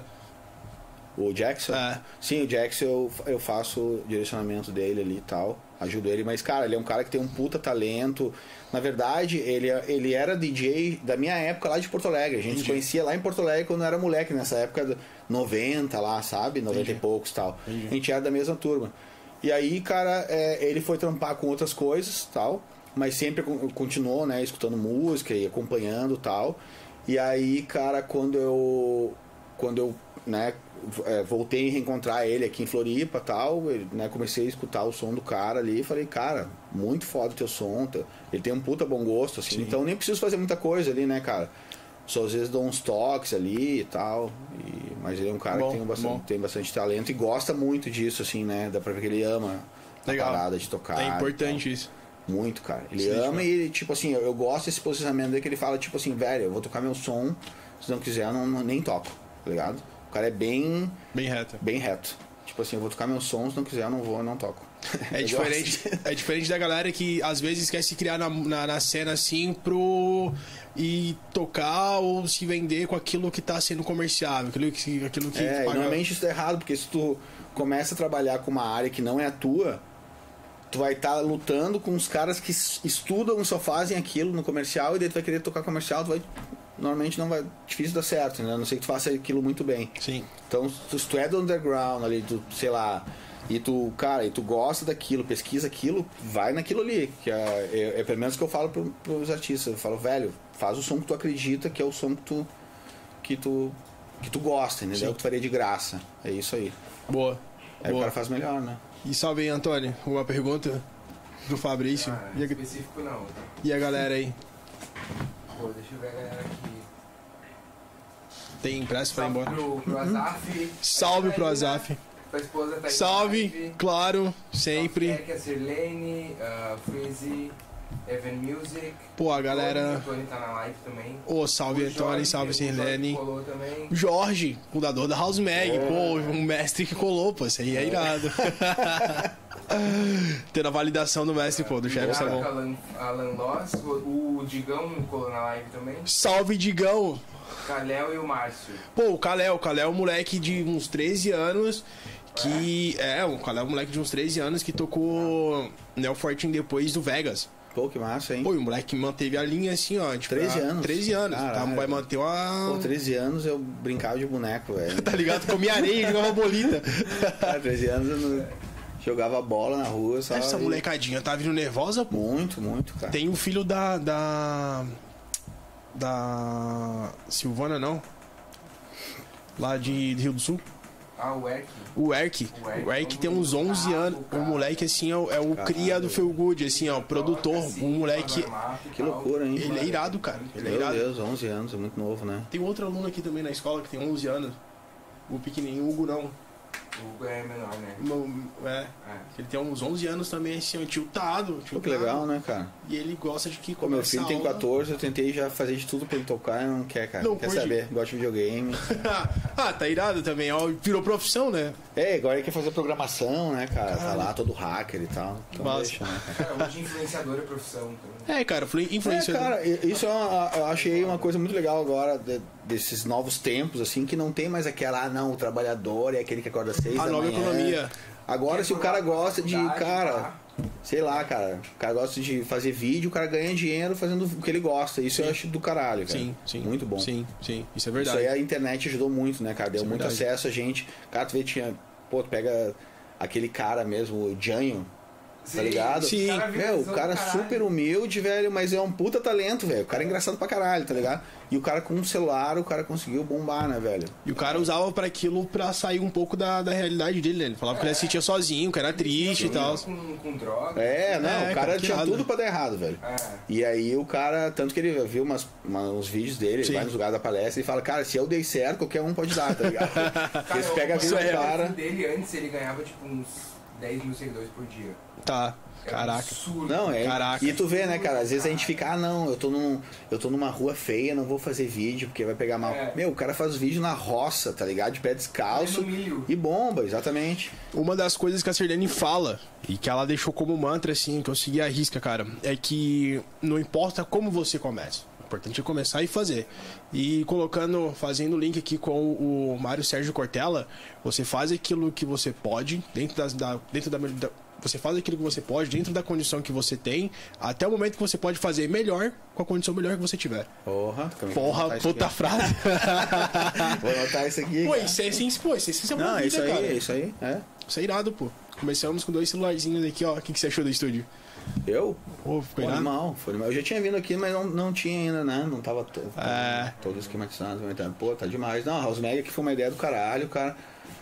O Jackson? É. Sim, o Jackson eu, eu faço o direcionamento dele ali e tal. Ajudo ele, mas cara, ele é um cara que tem um puta talento. Na verdade, ele, ele era D J da minha época lá de Porto Alegre. A gente se conhecia lá em Porto Alegre quando eu era moleque, nessa época noventa lá, sabe? noventa Entendi. E poucos e tal. Entendi. A gente era da mesma turma. E aí, cara, é, ele foi trampar com outras coisas tal, mas sempre continuou, né, escutando música e acompanhando tal. E aí, cara, quando eu, quando eu, né, voltei a reencontrar ele aqui em Floripa tal, ele, né, comecei a escutar o som do cara ali e falei, cara, muito foda o teu som, ele tem um puta bom gosto, assim, Sim. Então nem preciso fazer muita coisa ali, né, cara. Só às vezes dou uns toques ali e tal. E, mas ele é um cara bom, que tem bastante, tem bastante talento e gosta muito disso, assim, né? Dá pra ver que ele ama Legal. A parada de tocar. É importante isso. Muito, cara. Ele Sim, tipo... ama e, tipo assim, eu, eu gosto desse posicionamento dele que ele fala, tipo assim, velho, eu vou tocar meu som, se não quiser, eu não, não, nem toco, tá ligado? O cara é bem... Bem reto. Bem reto. Tipo assim, eu vou tocar meu som, se não quiser, eu não vou, eu não toco. É diferente, é diferente da galera que às vezes quer se criar na, na, na cena assim pro e tocar ou se vender com aquilo que tá sendo comerciável, aquilo que, aquilo que é, paga... normalmente isso tá errado, porque se tu começa a trabalhar com uma área que não é a tua, tu vai estar tá lutando com os caras que estudam e só fazem aquilo no comercial, e daí tu vai querer tocar comercial, tu vai... Normalmente não vai... Difícil dar certo, né? A não ser que tu faça aquilo muito bem. Sim. Então, se tu é do underground ali, tu, sei lá... E tu, cara, e tu gosta daquilo, pesquisa aquilo, vai naquilo ali. Que é, é, é pelo menos o que eu falo pro, pros artistas. Eu falo, velho, faz o som que tu acredita que é o som que tu que tu, que tu gosta, entendeu? Sim. Que tu faria de graça. É isso aí. Boa. Aí Boa. o cara faz melhor, né? E salve aí, Antônio. Uma pergunta do Fabrício. Ah, e a... específico não. E a galera aí? Pô, deixa eu ver a galera aqui. Tem impresso pra ir embora? Pro, pro Azaf. Salve pro Azaf. Tua esposa tá aí. Salve, claro, sempre. Salve, é Sirlene, uh, Freezy, Evan Music. Pô, a galera. O Antônio tá na live também. Ô, salve, o Antônio, Jorge, salve, Sirlene. Colou também. Jorge, fundador da House Mag. É. Pô, um mestre que colou, pô, isso aí é irado. Tendo a validação do mestre, pô, do chefe, é bom. Alan, Alan Loss, o, o Digão colou na live também. Salve, Digão. Caléu e o Márcio. Pô, o Caléu, o Caléu é um moleque de uns treze anos que... É, é o Caléu é um moleque de uns treze anos que tocou Neo quatorze depois do Vegas. Pô, que massa, hein? Pô, e o moleque manteve a linha assim, ó. Tipo, treze anos? treze anos. Tá, vai manter uma... Pô, treze anos eu brincava de boneco, velho. Tá ligado? Comia areia e jogava bolita. Cara, treze anos eu não... jogava bola na rua, sabe? Essa molecadinha tá vindo nervosa, pô. Muito, muito, cara. Tem o filho da... da... Da... Silvana, não? Lá de, de Rio do Sul. Ah, o Erk. O Erk. O Erk tem uns onze anos. O moleque, assim, é o, é o cria do Feel Good, assim, ó. O produtor. O moleque... Que loucura, hein? Ele é irado, cara. Ele é Meu irado. Deus, onze anos, é muito novo, né? Tem outro aluno aqui também na escola que tem onze anos. O pequenininho, Hugo, não. O Hugo é menor, né? No- é. É. Ele tem uns onze anos também, assim, ó, tiltado. Pô, que tiltado. legal, né, cara? E ele gosta de que Pô, meu começa filho a tem aula- quatorze, eu tentei já fazer de tudo pra ele tocar e não quer, cara. Não Não quer curte. saber, gosta de videogame. Ah, tá irado também, ó. Virou profissão, né? É, agora ele quer fazer programação, né, cara? Tá lá todo hacker e tal. Então Massa. deixa, né, cara? Cara, hoje influenciador é profissão. Então. É, cara, foi É, influenciador. cara, isso é uma, eu achei uma coisa muito legal agora de- desses novos tempos, assim, que não tem mais aquela, ah, não, o trabalhador é aquele que acorda às seis A da nova manhã. economia. Agora, Quer se o cara formar gosta de, faculdade, cara, tá? sei lá, cara, o cara gosta de fazer vídeo, o cara ganha dinheiro fazendo o que ele gosta. Isso eu acho do caralho, cara. Sim, sim. Muito bom. Sim, sim. Isso é Isso verdade. aí a internet ajudou muito, né, cara? Deu Isso é muito verdade. acesso a gente. Cara, tu vê, tinha. Pô, tu pega aquele cara mesmo, o Janho, tá ligado? Sim. cara Meu, o viralizou cara do caralho. super humilde, velho, mas é um puta talento, velho. O cara é engraçado pra caralho, tá ligado? E o cara com um celular, o cara conseguiu bombar, né, velho? E o cara usava pra aquilo pra sair um pouco da, da realidade dele, né? Ele falava que ele se sentia sozinho, que era triste e tal. Com, com droga. É, não, É, o cara, cara, que tinha nada. tudo pra dar errado, velho. É. E aí o cara, tanto que ele viu umas, uma- uns vídeos dele, Sim. vai nos lugares da palestra e fala, cara, se eu dei certo, qualquer um pode dar, tá ligado? Porque Cara, você pega a o- vida é do o cara. perfil dele antes ele ganhava tipo uns dez mil seguidores por dia. Tá. Era Caraca. absurdo. Não, é. Caraca. E tu vê, né, cara? Às vezes a gente fica, ah, não, eu tô, num, eu tô numa rua feia, não vou fazer vídeo porque vai pegar mal. É. Meu, o cara faz vídeo na roça, tá ligado? De pé descalço. É no milho. E bomba, exatamente. Uma das coisas que a Sirlene fala, e que ela deixou como mantra, assim, que eu segui a risca, cara, é que não importa como você começa. O importante é começar e fazer. E colocando, fazendo o link aqui com o Mário Sérgio Cortella, você faz aquilo que você pode, dentro, das, da, dentro da, da. Você faz aquilo que você pode, dentro da condição que você tem, até o momento que você pode fazer melhor, com a condição melhor que você tiver. Porra, também vou Porra, anotar isso puta aqui. frase. Vou anotar isso aqui. Pô, cara. isso é sim, pô, isso é essencial pra Não, é vida, isso aí, cara. é isso aí. É. Isso é irado, pô. Começamos com dois celularzinhos aqui, ó. O que, que você achou do estúdio? Eu? Pô, ficou Foi irado? animal, foi animal. Eu já tinha vindo aqui, mas não, não tinha ainda, né? Não tava to- É. todo esquematizado. Então, pô, tá demais. Não, a House Mega que foi uma ideia do caralho, cara.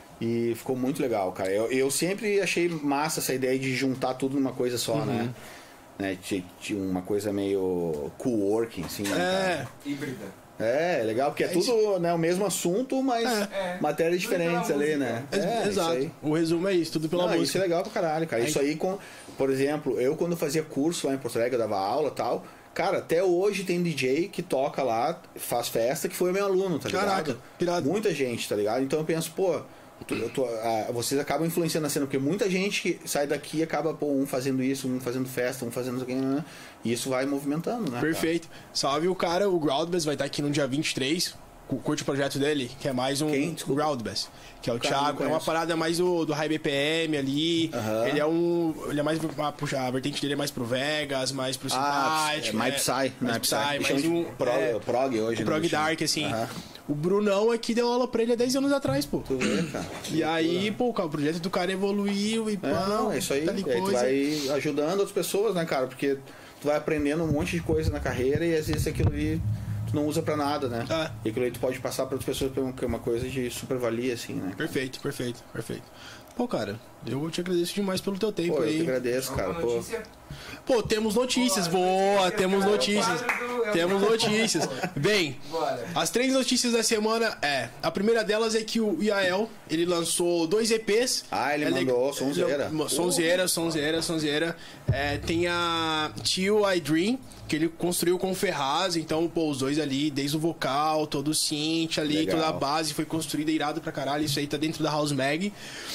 E ficou muito legal, cara. Eu, eu sempre achei massa essa ideia de juntar tudo numa coisa só, Uhum. né? né? Tinha tinha uma coisa meio coworking, assim, né, É. cara? Híbrida. É, legal, porque é, tudo né, o mesmo assunto, mas É. matérias Tudo pela diferentes ali, música. né? É, É, isso exato. aí. O resumo é isso, tudo pela Não, isso música. é legal pra caralho, cara. Aí- Isso aí, com, por exemplo, eu quando fazia curso lá em Porto Alegre, eu dava aula e tal. Cara, até hoje tem D J que toca lá, faz festa, que foi meu aluno, tá ligado? Caraca, irado. Muita gente, tá ligado? Então eu penso, pô, tu- eu tô- ah, vocês acabam influenciando a cena, porque muita gente que sai daqui e acaba, pô, um fazendo isso, um fazendo festa, um fazendo isso aqui, né? E isso vai movimentando, né? Perfeito. Salve o cara, o Groundbass vai estar aqui no dia vinte e três. Cu- Curte o projeto dele, que é mais um Quem? Desculpa. Groundbass, que é o Cara, Thiago. não É uma conheço. parada mais do, do High B P M ali. Aham. Ele é um. Ele é mais. A, puxa, a vertente dele é mais pro Vegas, mais pro Ah, é simpático. mais é, Psy, mais né? Psy, Psy. mais Chama de um. prog, é, prog hoje, o né? prog Chama. dark, assim. Aham. O Brunão é que deu aula pra ele há dez anos atrás, pô. Tu vê, cara. E aí, pô, cara, o projeto do cara evoluiu e pá, É, não, é isso aí. tá Aí ali tu coisa. vai ajudando outras pessoas, né, cara? Porque tu vai aprendendo um monte de coisa na carreira e às vezes aquilo ali tu não usa pra nada, né? É. E aquilo aí tu pode passar pra outras pessoas que é uma coisa de super valia, assim, né? Perfeito, perfeito, perfeito. Pô, cara, eu te agradeço demais pelo teu tempo Pô, eu aí. que agradeço, cara. Alguma Pô, notícia? Pô, temos notícias, Boa, boa, notícias, temos cara, é o notícias. quadro do- é o Temos quadro. notícias. Bem, Bora. as três notícias da semana é... A primeira delas é que o Yael, ele lançou dois E Ps. Ah, ele É mandou, legal- sonzeira. ele- Sonzeira, sonzeira, sonzeira. É, tem a Till I Dream, que ele construiu com o Ferraz, então, pô, os dois ali, desde o vocal, todo o synth ali, Legal. toda a base foi construída irado pra caralho, isso aí tá dentro da House Mag.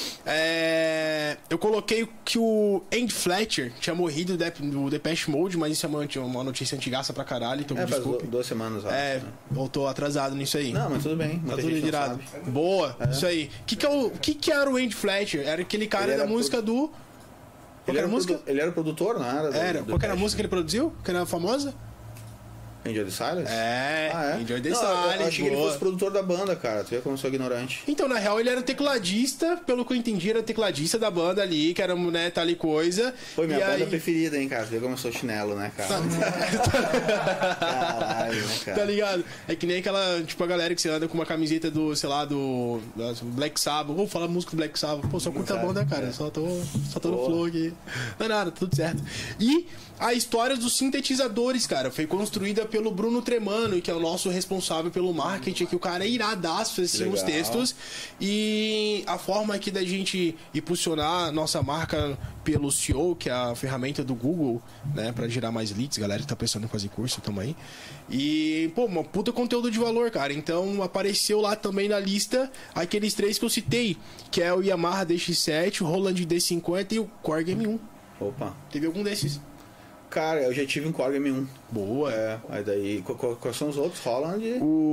É, eu coloquei que o Andy Fletcher tinha morrido do Dep- do Depeche Mode, mas isso é uma, uma notícia antigaça pra caralho, então é, me faz desculpe. du- duas semanas, ó. É, voltou atrasado nisso aí. Não, mas tudo bem. Tá Muita tudo gente não irado. sabe. Boa, isso aí. O que, que, é o, que, que era o Andy Fletcher? Era aquele cara Ele da era música do. Qual Ele era era, a música? produ- ele era produtor, não era? Do- Era. do Qual que era a Depeche? música que ele produziu? Que era famosa? Enjoy the Silence? É, Ah, é? Enjoy the Não, eu- Silence, Eu achei que ele boa. fosse produtor da banda, cara. Tu vê como eu sou ignorante. Então, na real, ele era tecladista, pelo que eu entendi, era tecladista da banda ali, que era, né, tal e coisa. Foi minha e banda aí... preferida, hein, cara. Tu vê como eu sou chinelo, né, cara? Caralho, né, cara? Tá ligado? É que nem aquela, tipo, a galera que você anda com uma camiseta do, sei lá, do, do Black Sabbath. Vou falar música do Black Sabbath. Pô, só curta a banda, cara. Só tô, só tô no Boa. flow aqui. Não é nada, tudo certo. E a história dos sintetizadores, cara, foi construída pelo pelo Bruno Tremano, que é o nosso responsável pelo marketing, que o cara é iradaço assim, os textos. E a forma aqui da gente impulsionar a nossa marca pelo S E O, que é a ferramenta do Google, né, pra gerar mais leads, galera que tá pensando em fazer curso, tamo aí. E, pô, uma puta conteúdo de valor, cara. Então apareceu lá também na lista aqueles três que eu citei, que é o Yamaha D X sete, o Roland D cinquenta e o Korg M um. Opa. Teve algum desses? Cara, eu já tive um Korg M um. Boa. É, aí daí... qu- qu- Quais são os outros? Roland?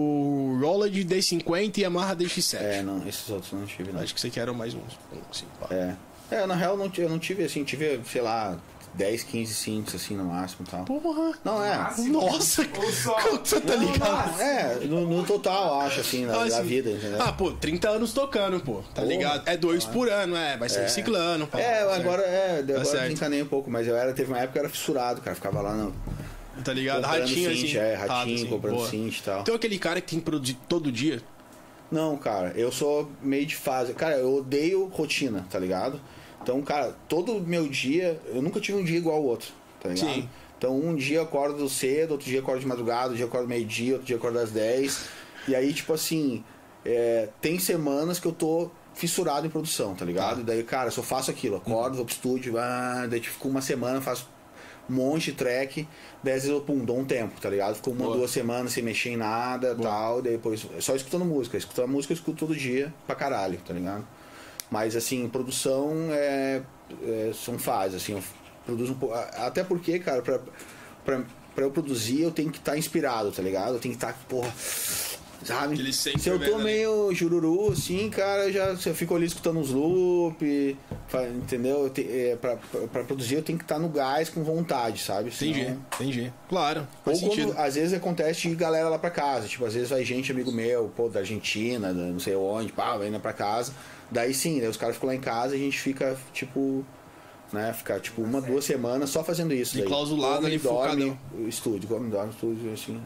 O Roland D cinquenta e Yamaha D X sete. É, não, esses outros eu não tive, não. Acho que você quer mais uns. Um, assim, pá. É. É, na real não, eu não tive, assim, tive, sei lá, dez, quinze cintos, assim, no máximo e tal. Porra. Não, é. Máximo. Nossa, Ou só. como que você tá ligado? É, no, no total, acho, assim, na, Ah, da assim. vida, entendeu? Ah, pô, trinta anos tocando, pô. Tá Porra. ligado? É dois por ano, é. Vai ser reciclando. pá. É, Tá agora, é, agora certo. desencanei um pouco, mas eu era, teve uma época que eu era fissurado, cara, ficava lá no, certo. Tá ligado? comprando Ratinho, cinto, assim. é, rato, ratinho, assim, comprando boa. cinto e tal. Tem aquele cara que tem que produzir todo dia. Não, cara, eu sou meio de fase. Cara, eu odeio rotina, tá ligado? Então, cara, todo meu dia, eu nunca tive um dia igual ao outro, tá ligado? Sim. Então, um dia eu acordo cedo, outro dia eu acordo de madrugada, outro dia eu acordo meio-dia, outro dia eu acordo às dez. E aí, tipo assim, é, tem semanas que eu tô fissurado em produção, tá ligado? Tá. E daí, cara, só faço aquilo, acordo, vou pro estúdio, ah, daí tipo, fico uma semana, faço um monte de track, daí às vezes eu, pum, dou um tempo, tá ligado? Fico uma, Boa. duas semanas sem mexer em nada, Boa. tal, daí depois só escutando música. Escutando música eu escuto todo dia pra caralho, tá ligado? Mas assim, produção é, é, são fases, assim, eu produzo um pouco. Até porque, cara, pra, pra, pra eu produzir eu tenho que estar inspirado, tá ligado? Eu tenho que estar, porra. Sabe? Aquele sempre Se eu tô vendo ali. meio jururu, assim, cara, eu já eu fico ali escutando uns loop, fa- entendeu? Eu te, é, pra, pra, pra produzir eu tenho que estar no gás com vontade, sabe? Entendi, Senão- entendi. Claro, ou faz sentido. quando, às vezes acontece de ir galera lá pra casa, tipo, às vezes vai gente, amigo meu, pô, da Argentina, da não sei onde, pá, vai indo pra casa. Daí sim, daí os caras ficam lá em casa e a gente fica, tipo, né, fica tipo uma, duas semanas só fazendo isso. E daí. clausulado Come, ali, dorme, focadão. o estúdio, come, dorme, estúdio, assim.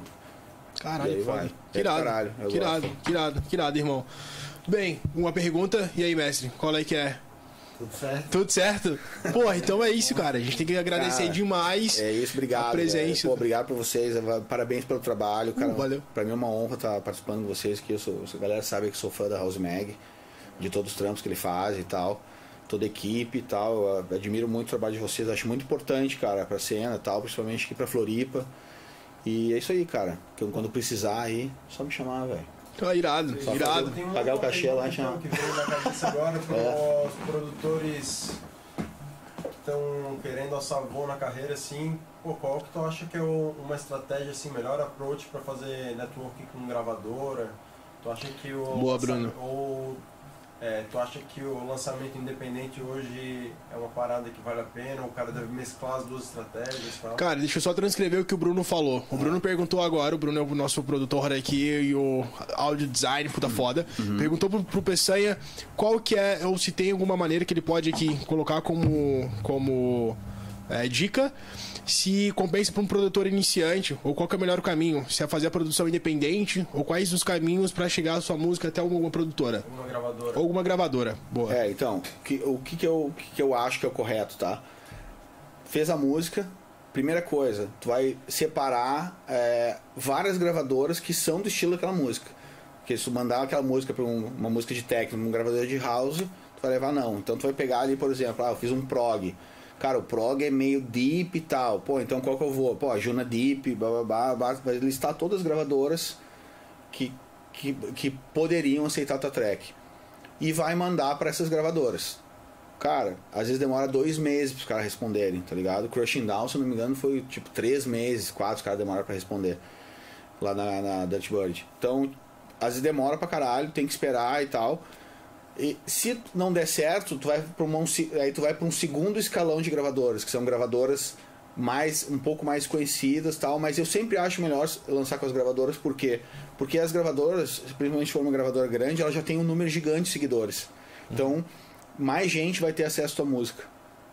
E Caralho, aí foda. vai. Que É do irado, caralho, eu que irado, gosto. que irado, que irado, irmão. Bem, uma pergunta. E aí, mestre? Qual é que é? Tudo certo? Tudo certo? Porra, então é isso, cara. A gente tem que agradecer Cara, demais É isso, obrigado. a presença. velho. Pô, obrigado por vocês, parabéns pelo trabalho, cara. Uh, valeu. Pra mim é uma honra estar participando com vocês, que eu sou, a galera sabe que sou fã da House Mag, de todos os trampos que ele faz e tal, toda a equipe e tal. Eu admiro muito o trabalho de vocês, acho muito importante, cara, pra cena e tal, principalmente aqui pra Floripa. E é isso aí, cara. Que eu, quando precisar aí, só me chamar, velho. Ah, irado, Só irado. fazer- Tem uma Pagar o cachê lá, pergunta, então. que veio na cabeça agora para É. os produtores que estão querendo alçar voo na carreira, assim, pô, qual que tu acha que é o- uma estratégia, assim, melhor approach para fazer networking com gravadora? Tu acha que o Boa, lança- Bruno. ou é, tu acha que o lançamento independente hoje é uma parada que vale a pena? O cara deve mesclar as duas estratégias e tal? Cara, deixa eu só transcrever o que o Bruno falou. O Bruno perguntou agora, o Bruno é o nosso produtor aqui e o audio design, puta foda. Perguntou pro, pro Peçanha qual que é, ou se tem alguma maneira que ele pode aqui colocar como, como é, dica, se compensa para um produtor iniciante, ou qual que é o melhor caminho, se é fazer a produção independente, ou quais os caminhos para chegar a sua música até alguma produtora, Uma gravadora? ou alguma gravadora. Boa. É, então, que- o que, que, eu, o que, que eu acho que é o correto, tá? Fez a música, primeira coisa, tu vai separar é, várias gravadoras que são do estilo daquela música. Porque se tu mandar aquela música para um, uma música de techno, uma gravadora de house, tu vai levar não. Então tu vai pegar ali, por exemplo, ah, eu fiz um prog. Cara, o prog é meio deep e tal. Pô, então qual que eu vou? Pô, a Juna Deep, blá, blá, blá, vai listar todas as gravadoras que, que, que poderiam aceitar a tua track. E vai mandar para essas gravadoras. Cara, às vezes demora dois meses para os caras responderem, tá ligado? Crushing Down, se eu não me engano, foi tipo três meses, quatro, os caras demoraram para responder lá na, na Dirtbird. Então, às vezes demora pra caralho, tem que esperar e tal. E se não der certo, tu vai para um, aí tu vai para um segundo escalão de gravadoras, que são gravadoras mais um pouco mais conhecidas, tal, mas eu sempre acho melhor lançar com as gravadoras, por quê? Porque as gravadoras, principalmente se for uma gravadora grande, ela já tem um número gigante de seguidores. Então, mais gente vai ter acesso à tua música.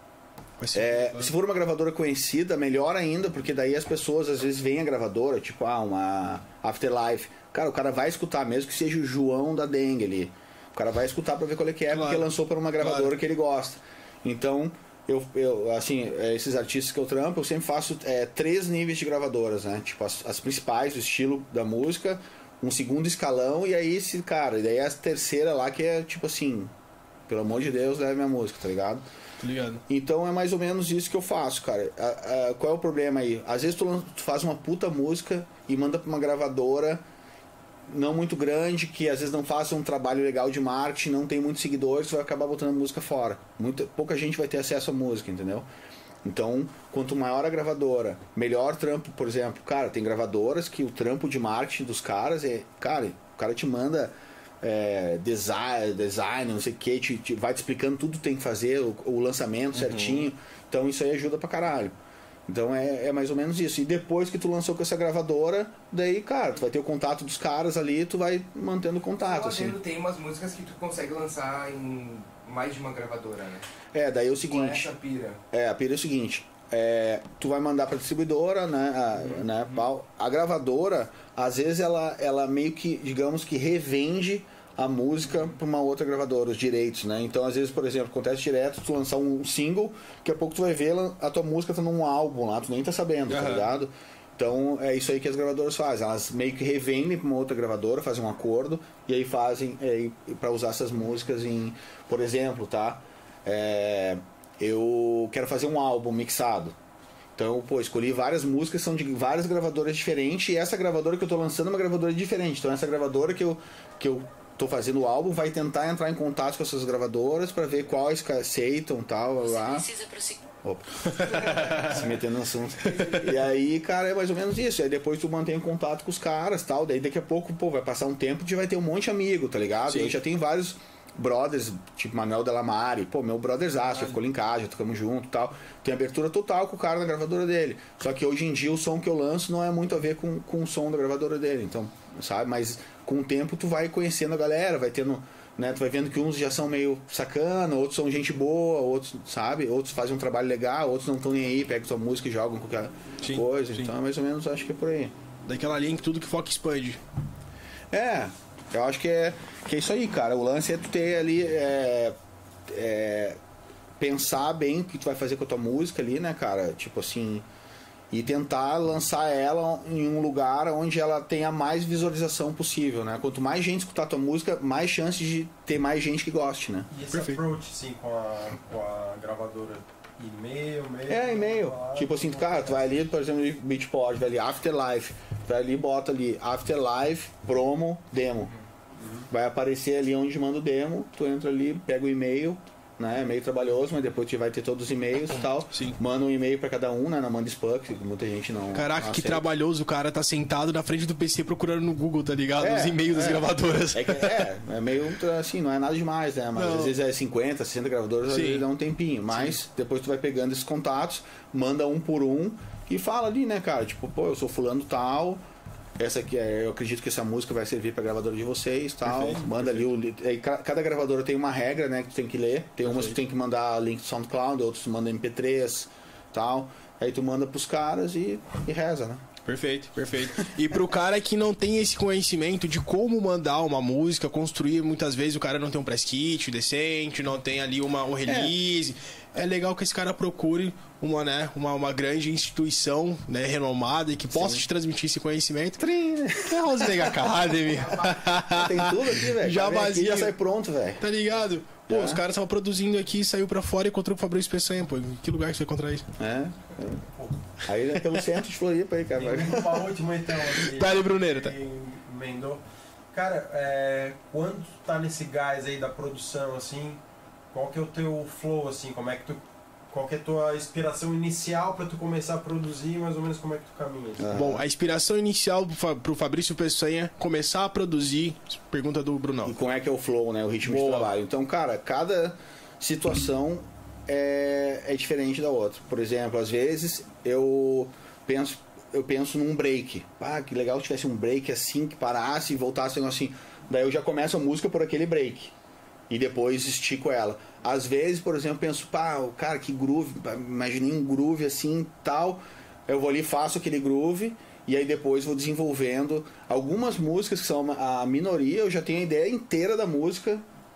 Vai ser- É, se for uma gravadora conhecida, melhor ainda, porque daí as pessoas às vezes veem a gravadora, tipo, ah, uma Afterlife. Cara, o cara vai escutar, mesmo que seja o João da Dengue ali. O cara vai escutar pra ver qual é que é, Claro. porque lançou para uma gravadora Claro. que ele gosta. Então, eu, eu assim, esses artistas que eu trampo, eu sempre faço é, três níveis de gravadoras, né? Tipo, as, as principais, o estilo da música, um segundo escalão, e aí esse, cara, e daí a terceira lá que é tipo assim, pelo amor de Deus, leve minha música, tá ligado? Tá ligado? Então é mais ou menos isso que eu faço, cara. A, a, qual é o problema aí? Às vezes tu, tu faz uma puta música e manda pra uma gravadora não muito grande, que às vezes não faça um trabalho legal de marketing, não tem muitos seguidores, tu vai acabar botando a música fora. Muita, pouca gente vai ter acesso à música, entendeu? Então, quanto maior a gravadora, melhor trampo, por exemplo. Cara, tem gravadoras que o trampo de marketing dos caras é... Cara, o cara te manda é, design, design, não sei o que, te, te, vai te explicando tudo que tem que fazer, o, o lançamento uhum. certinho. Então, isso aí ajuda pra caralho. Então é, é mais ou menos isso. E depois que tu lançou com essa gravadora, daí, cara, tu vai ter o contato dos caras ali, tu vai mantendo contato, assim. Tem umas músicas que tu consegue lançar em mais de uma gravadora, né? É, daí é o seguinte... Qual é essa pira? É, a pira é o seguinte, é, tu vai mandar pra distribuidora, né, a, uhum. né, pau. A gravadora, às vezes ela, ela meio que, digamos que revende a música para uma outra gravadora, os direitos, né? Então, às vezes, por exemplo, acontece direto tu lançar um single, daqui a pouco tu vai ver a tua música tá num álbum lá, tu nem tá sabendo, uhum. tá ligado? Então, é isso aí que as gravadoras fazem. Elas meio que revendem para uma outra gravadora, fazem um acordo, e aí fazem é, para usar essas músicas em... Por exemplo, tá? É, eu quero fazer um álbum mixado. Então, pô, escolhi várias músicas, são de várias gravadoras diferentes, e essa gravadora que eu tô lançando é uma gravadora diferente. Então, essa gravadora que eu... Que eu tô fazendo o álbum, vai tentar entrar em contato com essas gravadoras para ver quais que aceitam, tal, lá. Precisa prosseguir. Opa. Se metendo no assunto. E aí, cara, é mais ou menos isso. Aí depois tu mantém contato com os caras, tal. Daí daqui a pouco, pô, vai passar um tempo, tu vai ter um monte de amigo, tá ligado? Sim. Eu já tenho vários brothers, tipo Manuel Delamare, pô, meu brotherzaço, já ficou lá em casa, já tocamos junto, tal. Tem abertura total com o cara na gravadora dele. Só que hoje em dia o som que eu lanço não é muito a ver com, com o som da gravadora dele, então, sabe? Mas com o tempo tu vai conhecendo a galera, vai tendo, né? Tu vai vendo que uns já são meio sacana, outros são gente boa, outros, sabe? Outros fazem um trabalho legal, outros não estão nem aí, pegam tua música e jogam qualquer sim, coisa. Sim. Então, mais ou menos, acho que é por aí. Daquela linha que tudo que foca expande. É, eu acho que é, que é isso aí, cara. O lance é tu ter ali, é, é, pensar bem o que tu vai fazer com a tua música ali, né, cara? Tipo assim... E tentar lançar ela em um lugar onde ela tenha mais visualização possível, né? Quanto mais gente escutar a tua música, mais chances de ter mais gente que goste, né? E esse Perfeito. approach, sim, com a, com a gravadora? E-mail, mail? É, e-mail. Tipo assim, cara, tu vai ali, por exemplo, no Beatport, vai ali, Afterlife. Tu vai ali e bota ali, Afterlife, promo, demo. Uhum. Vai aparecer ali onde manda o demo, tu entra ali, pega o e-mail... Né? É meio trabalhoso, mas depois tu vai ter todos os e-mails e tal. Sim. Manda um e-mail pra cada um, né? Não manda spam, que muita gente não. Caraca, não que trabalhoso, o cara tá sentado na frente do P C procurando no Google, tá ligado? É, os e-mails é, das gravadoras. É, que, é, é meio assim, não é nada demais, né? Mas não. Às vezes é cinquenta, sessenta gravadoras, às vezes dá um tempinho. Mas Sim. depois tu vai pegando esses contatos, manda um por um e fala ali, né, cara? Tipo, pô, eu sou fulano tal. Essa aqui é, eu acredito que essa música vai servir pra gravadora de vocês, tal. Perfeito, Manda perfeito. ali o cada gravadora tem uma regra, né, que tu tem que ler. Tem umas que tu tem que mandar link do SoundCloud, outros tu manda M P três, tal. Aí tu manda pros caras e, e reza, né? Perfeito, perfeito. E pro cara que não tem esse conhecimento de como mandar uma música, construir, muitas vezes o cara não tem um press kit decente, não tem ali uma, um release. É. é legal que esse cara procure uma, né, uma, uma grande instituição, né, renomada e que possa Sim. te transmitir esse conhecimento. Trim, que é a Rosenegger Academy. Tem tudo aqui, velho. Já vazio. Já sai pronto, velho. Tá ligado? Pô, é. os caras estavam produzindo aqui, saiu pra fora e encontrou com o Fabrício Peçanha, pô. Em que lugar que você vai encontrar isso? É. é. Aí é pelo centro de Floripa aí, cara. Tem uma última então aqui. Tá ali, Bruneiro, tá? Emendou. Cara, é, quando tu tá nesse gás aí da produção, assim, qual que é o teu flow, assim? Como é que tu... Qual que é a tua inspiração inicial para tu começar a produzir, mais ou menos como é que tu caminha? Assim? Uhum. Bom, a inspiração inicial pro Fabrício Peçanha começar a produzir, pergunta do Brunão. E como é que é o flow, né? O ritmo Boa. de trabalho. Então, cara, cada situação é, é diferente da outra. Por exemplo, às vezes eu penso, eu penso num break. Ah, que legal se tivesse um break assim, que parasse e voltasse assim. Daí eu já começo a música por aquele break. E depois estico ela. Às vezes, por exemplo, penso, pá, cara, que groove, imaginei um groove assim, tal. Eu vou ali, faço aquele groove e aí depois vou desenvolvendo. Algumas músicas que são a minoria, eu já tenho a ideia inteira da música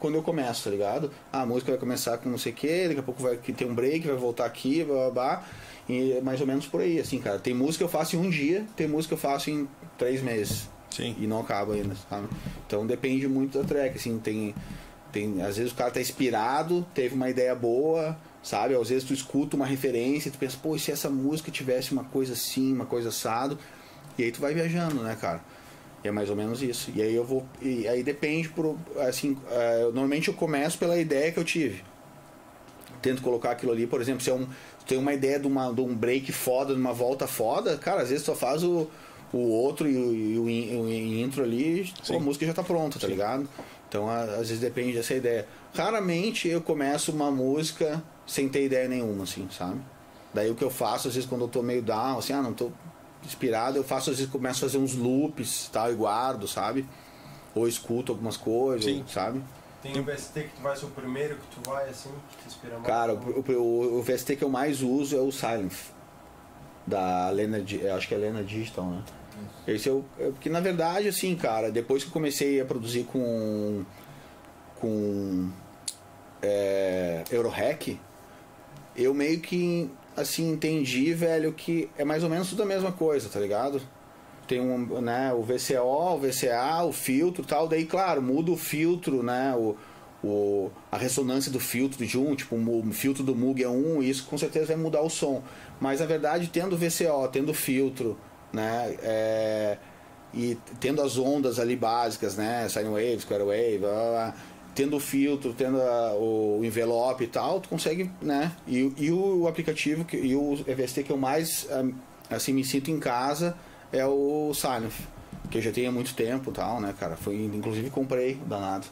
quando eu começo, tá ligado? Ah, a música vai começar com não sei o que, daqui a pouco vai ter um break, vai voltar aqui, blá, blá, blá. E é mais ou menos por aí, assim, cara. Tem música que eu faço em um dia, tem música que eu faço em três meses. Sim. E não acaba ainda, sabe? Então depende muito da track, assim, tem, tem... Às vezes o cara tá inspirado, teve uma ideia boa, sabe? Às vezes tu escuta uma referência e tu pensa, pô, e se essa música tivesse uma coisa assim, uma coisa assado? E aí tu vai viajando, né, cara? E é mais ou menos isso. E aí eu vou... E aí depende, por, assim... Uh, normalmente eu começo pela ideia que eu tive. Tento colocar aquilo ali, por exemplo, se é um... Tu tem uma ideia de, uma, de um break foda, de uma volta foda, cara, às vezes tu só faz o... o outro e o, e o, in, o intro ali, pô, a música já tá pronta, tá Sim. ligado? Então, a, às vezes depende dessa ideia. Raramente eu começo uma música sem ter ideia nenhuma, assim, sabe? Daí o que eu faço, às vezes quando eu tô meio down, assim, ah, não tô inspirado, eu faço, às vezes começo a fazer uns loops, tal, e guardo, sabe? Ou escuto algumas coisas, Sim. sabe? Tem o V S T que tu vai ser o primeiro que tu vai, assim, que te inspira mais? Cara, o, o, o V S T que eu mais uso é o Silent, da Lena, acho que é Lena Digital, né? Esse eu, porque na verdade, assim, cara, depois que eu comecei a produzir com com é, Eurohack, eu meio que assim entendi, velho, que é mais ou menos tudo a mesma coisa, tá ligado? Tem um, né, o V C O, o V C A, o filtro, tal, daí claro, muda o filtro, né, o, o a ressonância do filtro de um, tipo, o filtro do Moog é um, e isso com certeza vai mudar o som. Mas na verdade, tendo o V C O, tendo o filtro, né, é, e tendo as ondas ali básicas, né, sine wave, square wave, blá, blá, blá, tendo o filtro, tendo a, o envelope e tal, tu consegue, né, e, e o aplicativo que, e o V S T que eu mais assim me sinto em casa é o Silent, que eu já tenho há muito tempo e tal, né, cara, foi, inclusive comprei o danado.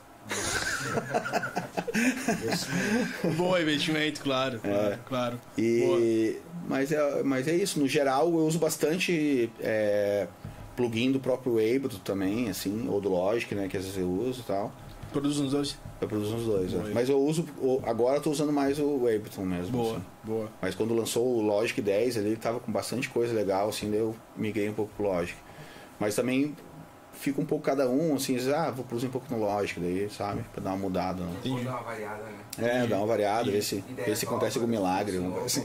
Bom investimento, claro, claro, é. claro. E, mas, é, mas é isso, no geral eu uso bastante é, plugin do próprio Ableton também, assim, ou do Logic, né, que às vezes eu uso e tal. Produz nos dois? Eu produzo nos dois, é. Mas eu uso, agora eu tô usando mais o Ableton mesmo. Boa, assim. boa. Mas quando lançou o Logic dez, ele tava com bastante coisa legal, assim, daí eu migrei um pouco pro Logic. Mas também fica um pouco cada um, assim, ah, vou produzir um pouco no Logic daí, sabe? Pra dar uma mudada. Né? Entendi. Dar uma variada, né? É, dar uma variada, ver se, ver se acontece algum milagre. Assim.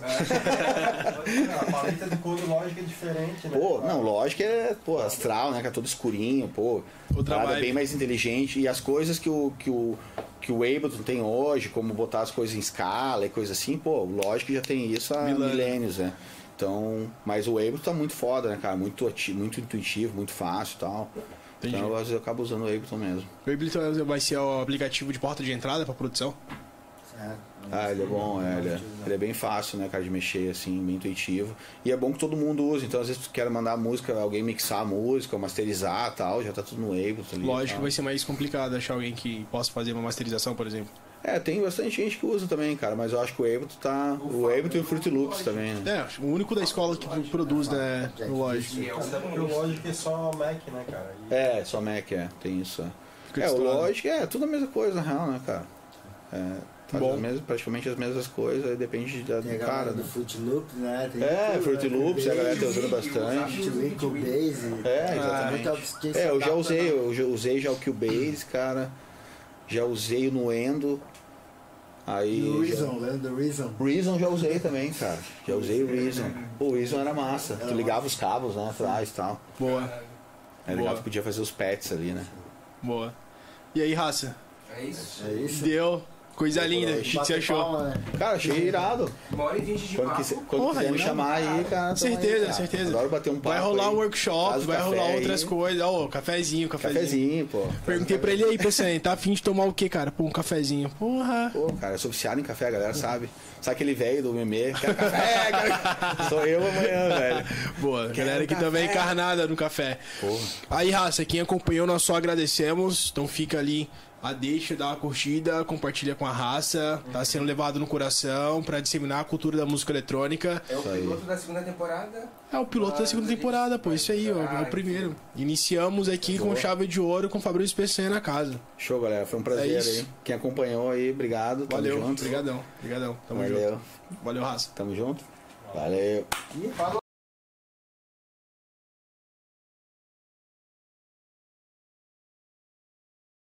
A paleta do cor do Logic é diferente, né? Pô, não, Logic é, pô, astral, né? Que é todo escurinho, pô. Outra bem mais inteligente. E as coisas que o, que o, que o Ableton tem hoje, como botar as coisas em escala e coisa assim, pô, o Logic já tem isso há Milano. milênios, né? Então, mas o Ableton tá muito foda, né, cara? Muito, muito intuitivo, muito fácil e tal. Entendi. Então, às vezes eu acabo usando o Ableton mesmo. O Ableton vai ser o aplicativo de porta de entrada pra produção? É, ah, ele é bom, é, ele, é, ele é bem fácil, né, cara, de mexer, assim, bem intuitivo. E é bom que todo mundo use, então às vezes tu quer mandar música, alguém mixar a música, masterizar e tal, já tá tudo no Ableton ali. Lógico que vai ser mais complicado achar alguém que possa fazer uma masterização, por exemplo. É, tem bastante gente que usa também, cara, mas eu acho que o Ableton tá... O Ableton e o Fruity Loops também, né? É, o único da escola que produz, né, no Logic. Até porque o Logic é só Mac, né, cara? E... É, só Mac, é, tem isso, é. É, o Logic é tudo a mesma coisa, na real, né, cara? É, faz as mesmas, praticamente as mesmas coisas, depende da, do cara, do né? Fruity Loops, né? Tem é, tudo, Fruity né? Loops, a galera tá usando bastante. Cubase. É, exatamente. É, eu já usei, eu já usei já o Cubase, cara. Já usei o Nuendo. Aí, e o Reason, já... lembra do Reason? Reason já usei também, cara. Já usei o Reason. Pô, o Reason era massa. Tu ligava os cabos, né, atrás e tal. Boa. É legal, tu podia fazer os pets ali, né? Boa. E aí, raça? É isso. É isso. Deu. Coisa linda, o que você achou? Palma, né? Cara, achei irado. Uma hora e vinte de Quando, papo. quis, quando Porra, quiser me irado, chamar aí, cara. Certeza, aí, cara. certeza. Adoro bater um papo. Vai rolar aí. um workshop, Faz vai rolar aí. outras coisas. Ó, oh, cafezinho, cafezinho. Cafezinho, pô. Perguntei pra ele aí, P C N, tá afim de tomar o quê, cara? Pô, um cafezinho. Porra. Pô, cara, eu sou viciado em café, a galera sabe. Sabe aquele velho do meme? Quero café, quero... Sou eu amanhã, velho. Boa, Quero galera aqui café. também encarnada no café. Porra. Aí, raça, quem acompanhou, nós só agradecemos. Então fica ali a deixa, dá uma curtida, compartilha com a raça. Tá sendo levado no coração pra disseminar a cultura da música eletrônica. É o piloto da segunda temporada. É o piloto da segunda temporada, pô. Isso aí, ó. É o primeiro. Iniciamos aqui com chave de ouro com o Fabrício P C N na casa. Show, galera. Foi um prazer É aí. Quem acompanhou aí, obrigado. Tamo Valeu. junto. Obrigadão. Obrigadão. Tamo Valeu. junto. Valeu, raça. Tamo junto. Valeu. E falou.